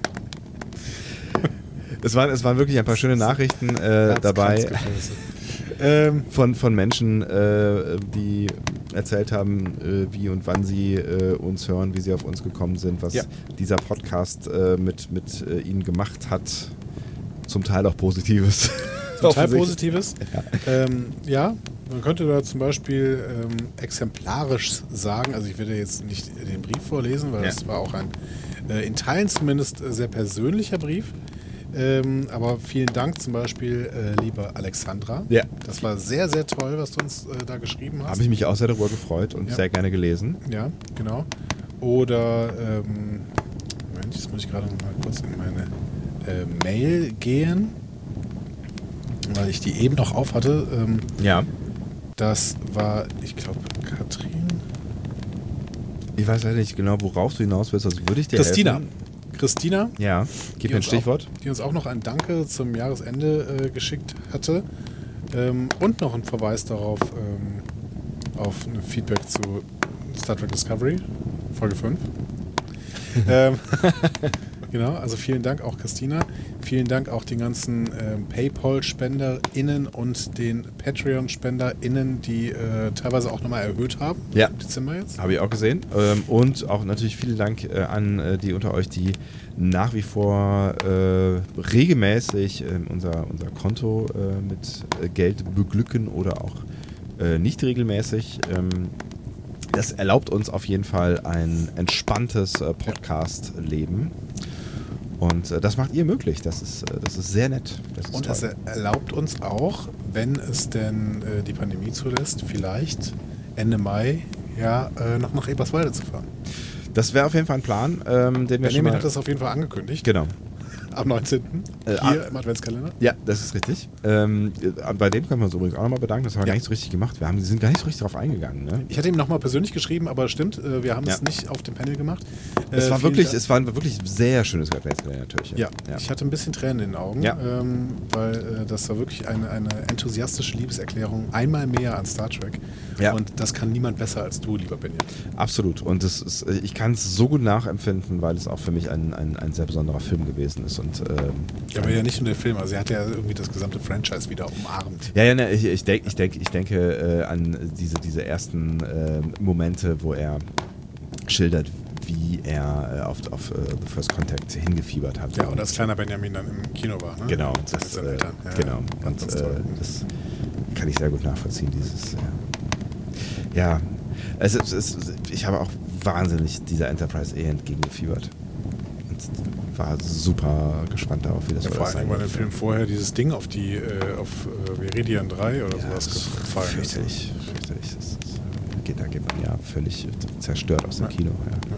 es, waren, es waren wirklich ein paar schöne Nachrichten äh, dabei ähm, von, von Menschen, äh, die erzählt haben, äh, wie und wann sie äh, uns hören, wie sie auf uns gekommen sind, was Ja. dieser Podcast äh, mit, mit äh, ihnen gemacht hat. Zum Teil auch Positives. Total Offensichtlich. Positives. Ja. Ähm, ja, man könnte da zum Beispiel ähm, exemplarisch sagen, also ich werde jetzt nicht den Brief vorlesen, weil Ja. das war auch ein äh, in Teilen zumindest äh, sehr persönlicher Brief. Ähm, aber vielen Dank zum Beispiel, äh, liebe Alexandra. Ja. Das war sehr, sehr toll, was du uns äh, da geschrieben hast. Habe ich mich auch sehr darüber gefreut und Ja. sehr gerne gelesen. Ja, genau. Oder, ähm, Moment, jetzt muss ich gerade mal kurz in meine äh, Mail gehen, weil ich die eben noch auf hatte. Ähm, Ja. Das war, ich glaube, Katrin. Ich weiß leider nicht genau, worauf du hinaus willst, also würde ich dir Christina. helfen. Christina. Ja, gib mir ein Stichwort. Auch, die uns auch noch ein Danke zum Jahresende äh, geschickt hatte. Ähm, und noch ein Verweis darauf, ähm, auf ein Feedback zu Star Trek Discovery, Folge fünf. ähm, genau, also vielen Dank auch Christina. Vielen Dank auch den ganzen ähm, PayPal-SpenderInnen und den Patreon-SpenderInnen, die äh, teilweise auch nochmal erhöht haben. Ja, im Dezember jetzt. Habe ich auch gesehen. Ähm, und auch natürlich vielen Dank äh, an äh, die unter euch, die nach wie vor äh, regelmäßig äh, unser, unser Konto äh, mit äh, Geld beglücken oder auch äh, nicht regelmäßig. Ähm, das erlaubt uns auf jeden Fall ein entspanntes äh, Podcast-Leben. Und äh, das macht ihr möglich. Das ist, äh, das ist sehr nett. Das ist und toll. es erlaubt uns auch, wenn es denn äh, die Pandemie zulässt, vielleicht Ende Mai ja, äh, noch nach Eberswalde zu fahren. Das wäre auf jeden Fall ein Plan, ähm, den wir Benjamin schon mal... hat das auf jeden Fall angekündigt. Genau. Am neunzehnten Äh, Hier ah, im Adventskalender. Ja, das ist richtig. Ähm, äh, bei dem können wir uns übrigens auch nochmal bedanken. Das haben wir ja. gar nicht so richtig gemacht. Wir haben, die sind gar nicht so richtig darauf eingegangen. Ne? Ich hatte ihm nochmal persönlich geschrieben, aber stimmt, äh, wir haben ja. es nicht auf dem Panel gemacht. Es äh, war wirklich, Dank. es war ein wirklich sehr schönes Adventskalender natürlich. Ja. Ja, ich hatte ein bisschen Tränen in den Augen, ja. ähm, weil äh, das war wirklich eine, eine enthusiastische Liebeserklärung einmal mehr an Star Trek. Ja. Und das kann niemand besser als du, lieber Benjamin. Absolut. Und das ist, ich kann es so gut nachempfinden, weil es auch für mich ein, ein, ein sehr besonderer Film gewesen ist. Und, ähm, ja, aber ja nicht nur der Film, also er hat ja irgendwie das gesamte Franchise wieder umarmt. Ja, ja, ne, ich, ich, denk, ich, denk, ich denke äh, an diese, diese ersten äh, Momente, wo er schildert, wie er äh, auf, auf uh, The First Contact hingefiebert hat. Ja, und als kleiner Benjamin dann im Kino war, ne? Genau. Das, Das, mit seinen äh, Eltern. Ja, genau. Ja, und ganz äh, toll. das kann ich sehr gut nachvollziehen, dieses, ja. Ja, es, es, es, ich habe auch wahnsinnig dieser Enterprise eh entgegengefiebert. Und war super gespannt darauf, wie das ja, war. Vor allem, weil im Film vorher dieses Ding auf die, äh, auf äh, Meridian drei oder ja, sowas gefallen ist. Fürchterlich, fürchterlich. Das, das geht, da geht man ja völlig zerstört aus dem ja. Kino. Ja.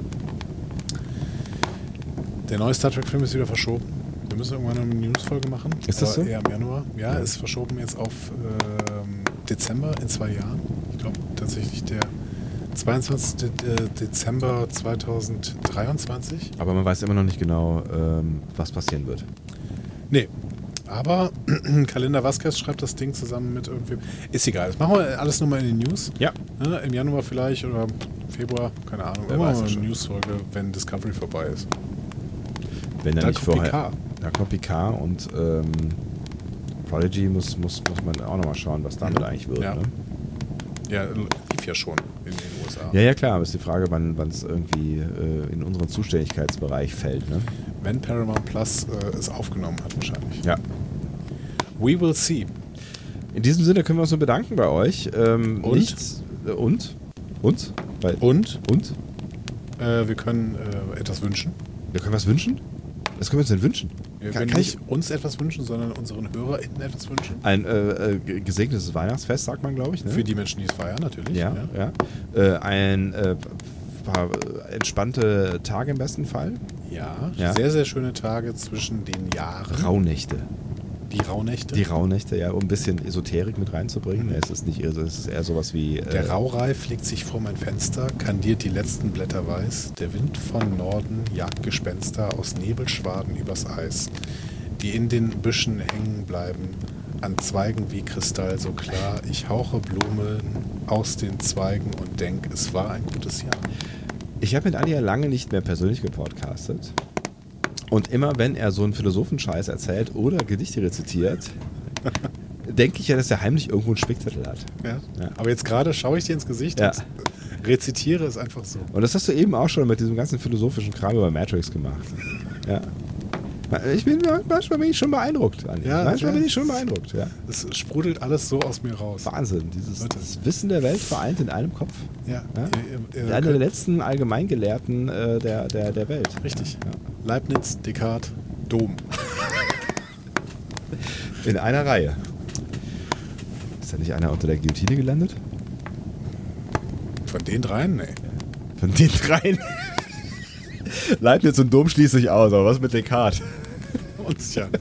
Der neue Star Trek-Film ist wieder verschoben. Wir müssen irgendwann eine News-Folge machen. Ist das so? Eher im Januar. Ja, ja, ist verschoben jetzt auf ähm, Dezember in zwei Jahren. Ich glaube tatsächlich der zweiundzwanzigsten Dezember zweitausenddreiundzwanzig. Aber man weiß immer noch nicht genau, ähm, was passieren wird. Nee. Aber Kalender Vasquez schreibt das Ding zusammen mit irgendwem. Ist egal. Das machen wir alles nochmal in den News. Ja. ja. Im Januar vielleicht oder Februar, keine Ahnung. Wer Immer weiß mal das eine schon. News-Folge, wenn Discovery vorbei ist. Wenn Dann nicht kommt vorher. Picard. Da kommt Picard und ähm, Prodigy muss, muss, muss man auch nochmal schauen, was damit mhm. eigentlich wird. Ja. Ne? Ja, lief ja schon in den U S A. Ja, ja, klar, aber ist die Frage, wann es irgendwie äh, in unseren Zuständigkeitsbereich fällt. Ne? Wenn Paramount Plus äh, es aufgenommen hat, wahrscheinlich. Ja. We will see. In diesem Sinne können wir uns nur bedanken bei euch. Ähm, und? Nichts, äh, und? Und? Weil, und? Und? Äh, wir können äh, etwas wünschen. Wir können was wünschen? Was können wir uns denn wünschen? Wir kann, können kann nicht ich uns etwas wünschen, sondern unseren HörerInnen etwas wünschen. Ein äh, äh, gesegnetes Weihnachtsfest, sagt man, glaube ich. Ne? Für die Menschen, die es feiern, natürlich. Ja, ja. ja. Äh, ein äh, paar entspannte Tage im besten Fall. Ja, ja, sehr, sehr schöne Tage zwischen den Jahren. Rauhnächte. Die Rauhnächte? Die Rauhnächte, ja, um ein bisschen Esoterik mit reinzubringen. Mhm. Es ist nicht, es ist eher sowas wie... Äh Der Raureif legt sich vor mein Fenster, kandiert die letzten Blätter weiß. Der Wind von Norden jagt Gespenster aus Nebelschwaden übers Eis, die in den Büschen hängen bleiben, an Zweigen wie Kristall so klar. Ich hauche Blumen aus den Zweigen und denk, es war ein gutes Jahr. Ich habe mit Adi ja lange nicht mehr persönlich gepodcastet. Und immer, wenn er so einen Philosophenscheiß erzählt oder Gedichte rezitiert, denke ich ja, dass er heimlich irgendwo einen Spickzettel hat. Ja. Ja. Aber jetzt gerade schaue ich dir ins Gesicht ja. und rezitiere es einfach so. Und das hast du eben auch schon mit diesem ganzen philosophischen Kram über Matrix gemacht. Ja. Ich bin, manchmal bin ich schon beeindruckt, Andi. Ja, manchmal ja. bin ich schon beeindruckt. Ja. Es sprudelt alles so aus mir raus. Wahnsinn. Dieses das Wissen der Welt vereint in einem Kopf. Ja. ja? Ihr, ihr, ihr Einer der letzten Allgemeingelehrten äh, der, der, der Welt. Richtig. Ja. Leibniz, Descartes, Dom. In einer Reihe. Ist da nicht einer unter der Guillotine gelandet? Von den dreien? Nee. Von den dreien? Leibniz und Dom schließe ich aus, aber was mit Descartes? Uns ja.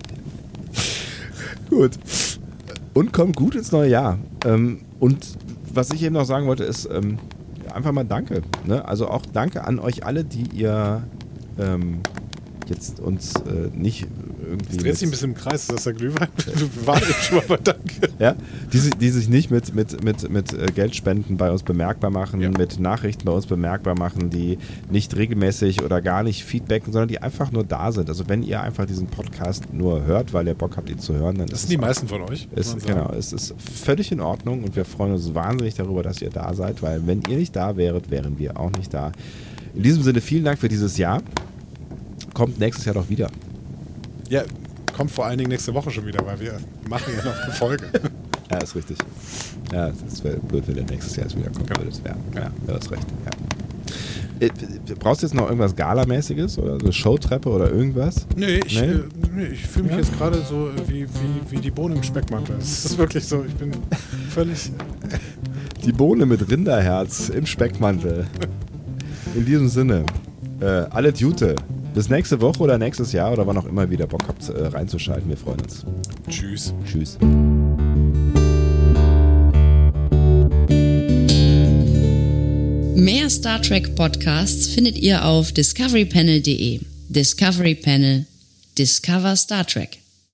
Gut. Und kommt gut ins neue Jahr. Ähm, und was ich eben noch sagen wollte, ist ähm, einfach mal Danke. Ne? Also auch Danke an euch alle, die ihr ähm, jetzt uns äh, nicht irgendwie. Das dreht sich ein bisschen im Kreis, ist das der Glühwein? Wir waren eben schon mal bei Danke. Ja, die, die sich nicht mit, mit, mit, mit Geldspenden bei uns bemerkbar machen, ja. mit Nachrichten bei uns bemerkbar machen, die nicht regelmäßig oder gar nicht feedbacken, sondern die einfach nur da sind. Also wenn ihr einfach diesen Podcast nur hört, weil ihr Bock habt, ihn zu hören, dann das ist sind die auch, meisten von euch. Ist, genau, es ist völlig in Ordnung und wir freuen uns wahnsinnig darüber, dass ihr da seid, weil wenn ihr nicht da wäret, wären wir auch nicht da. In diesem Sinne vielen Dank für dieses Jahr. Kommt nächstes Jahr doch wieder. Ja, kommt vor allen Dingen nächste Woche schon wieder, weil wir machen ja noch eine Folge. Ja, ist richtig. Ja, das wäre blöd, wenn der nächstes Jahr wieder kommt. Genau. Das wäre. Ja, du hast recht. Ja. Brauchst du jetzt noch irgendwas Galamäßiges oder eine Showtreppe oder irgendwas? Nee, ich, nee? äh, nee, ich fühle mich ja? jetzt gerade so wie, wie, wie die Bohne im Speckmantel. Das ist wirklich so, ich bin völlig... Die Bohne mit Rinderherz im Speckmantel. In diesem Sinne, äh, alle Jute. Bis nächste Woche oder nächstes Jahr oder wann auch immer wieder Bock habt, äh, reinzuschalten. Wir freuen uns. Tschüss. Tschüss. Mehr Star Trek Podcasts findet ihr auf discovery panel punkt de. Discovery Panel. Discover Star Trek.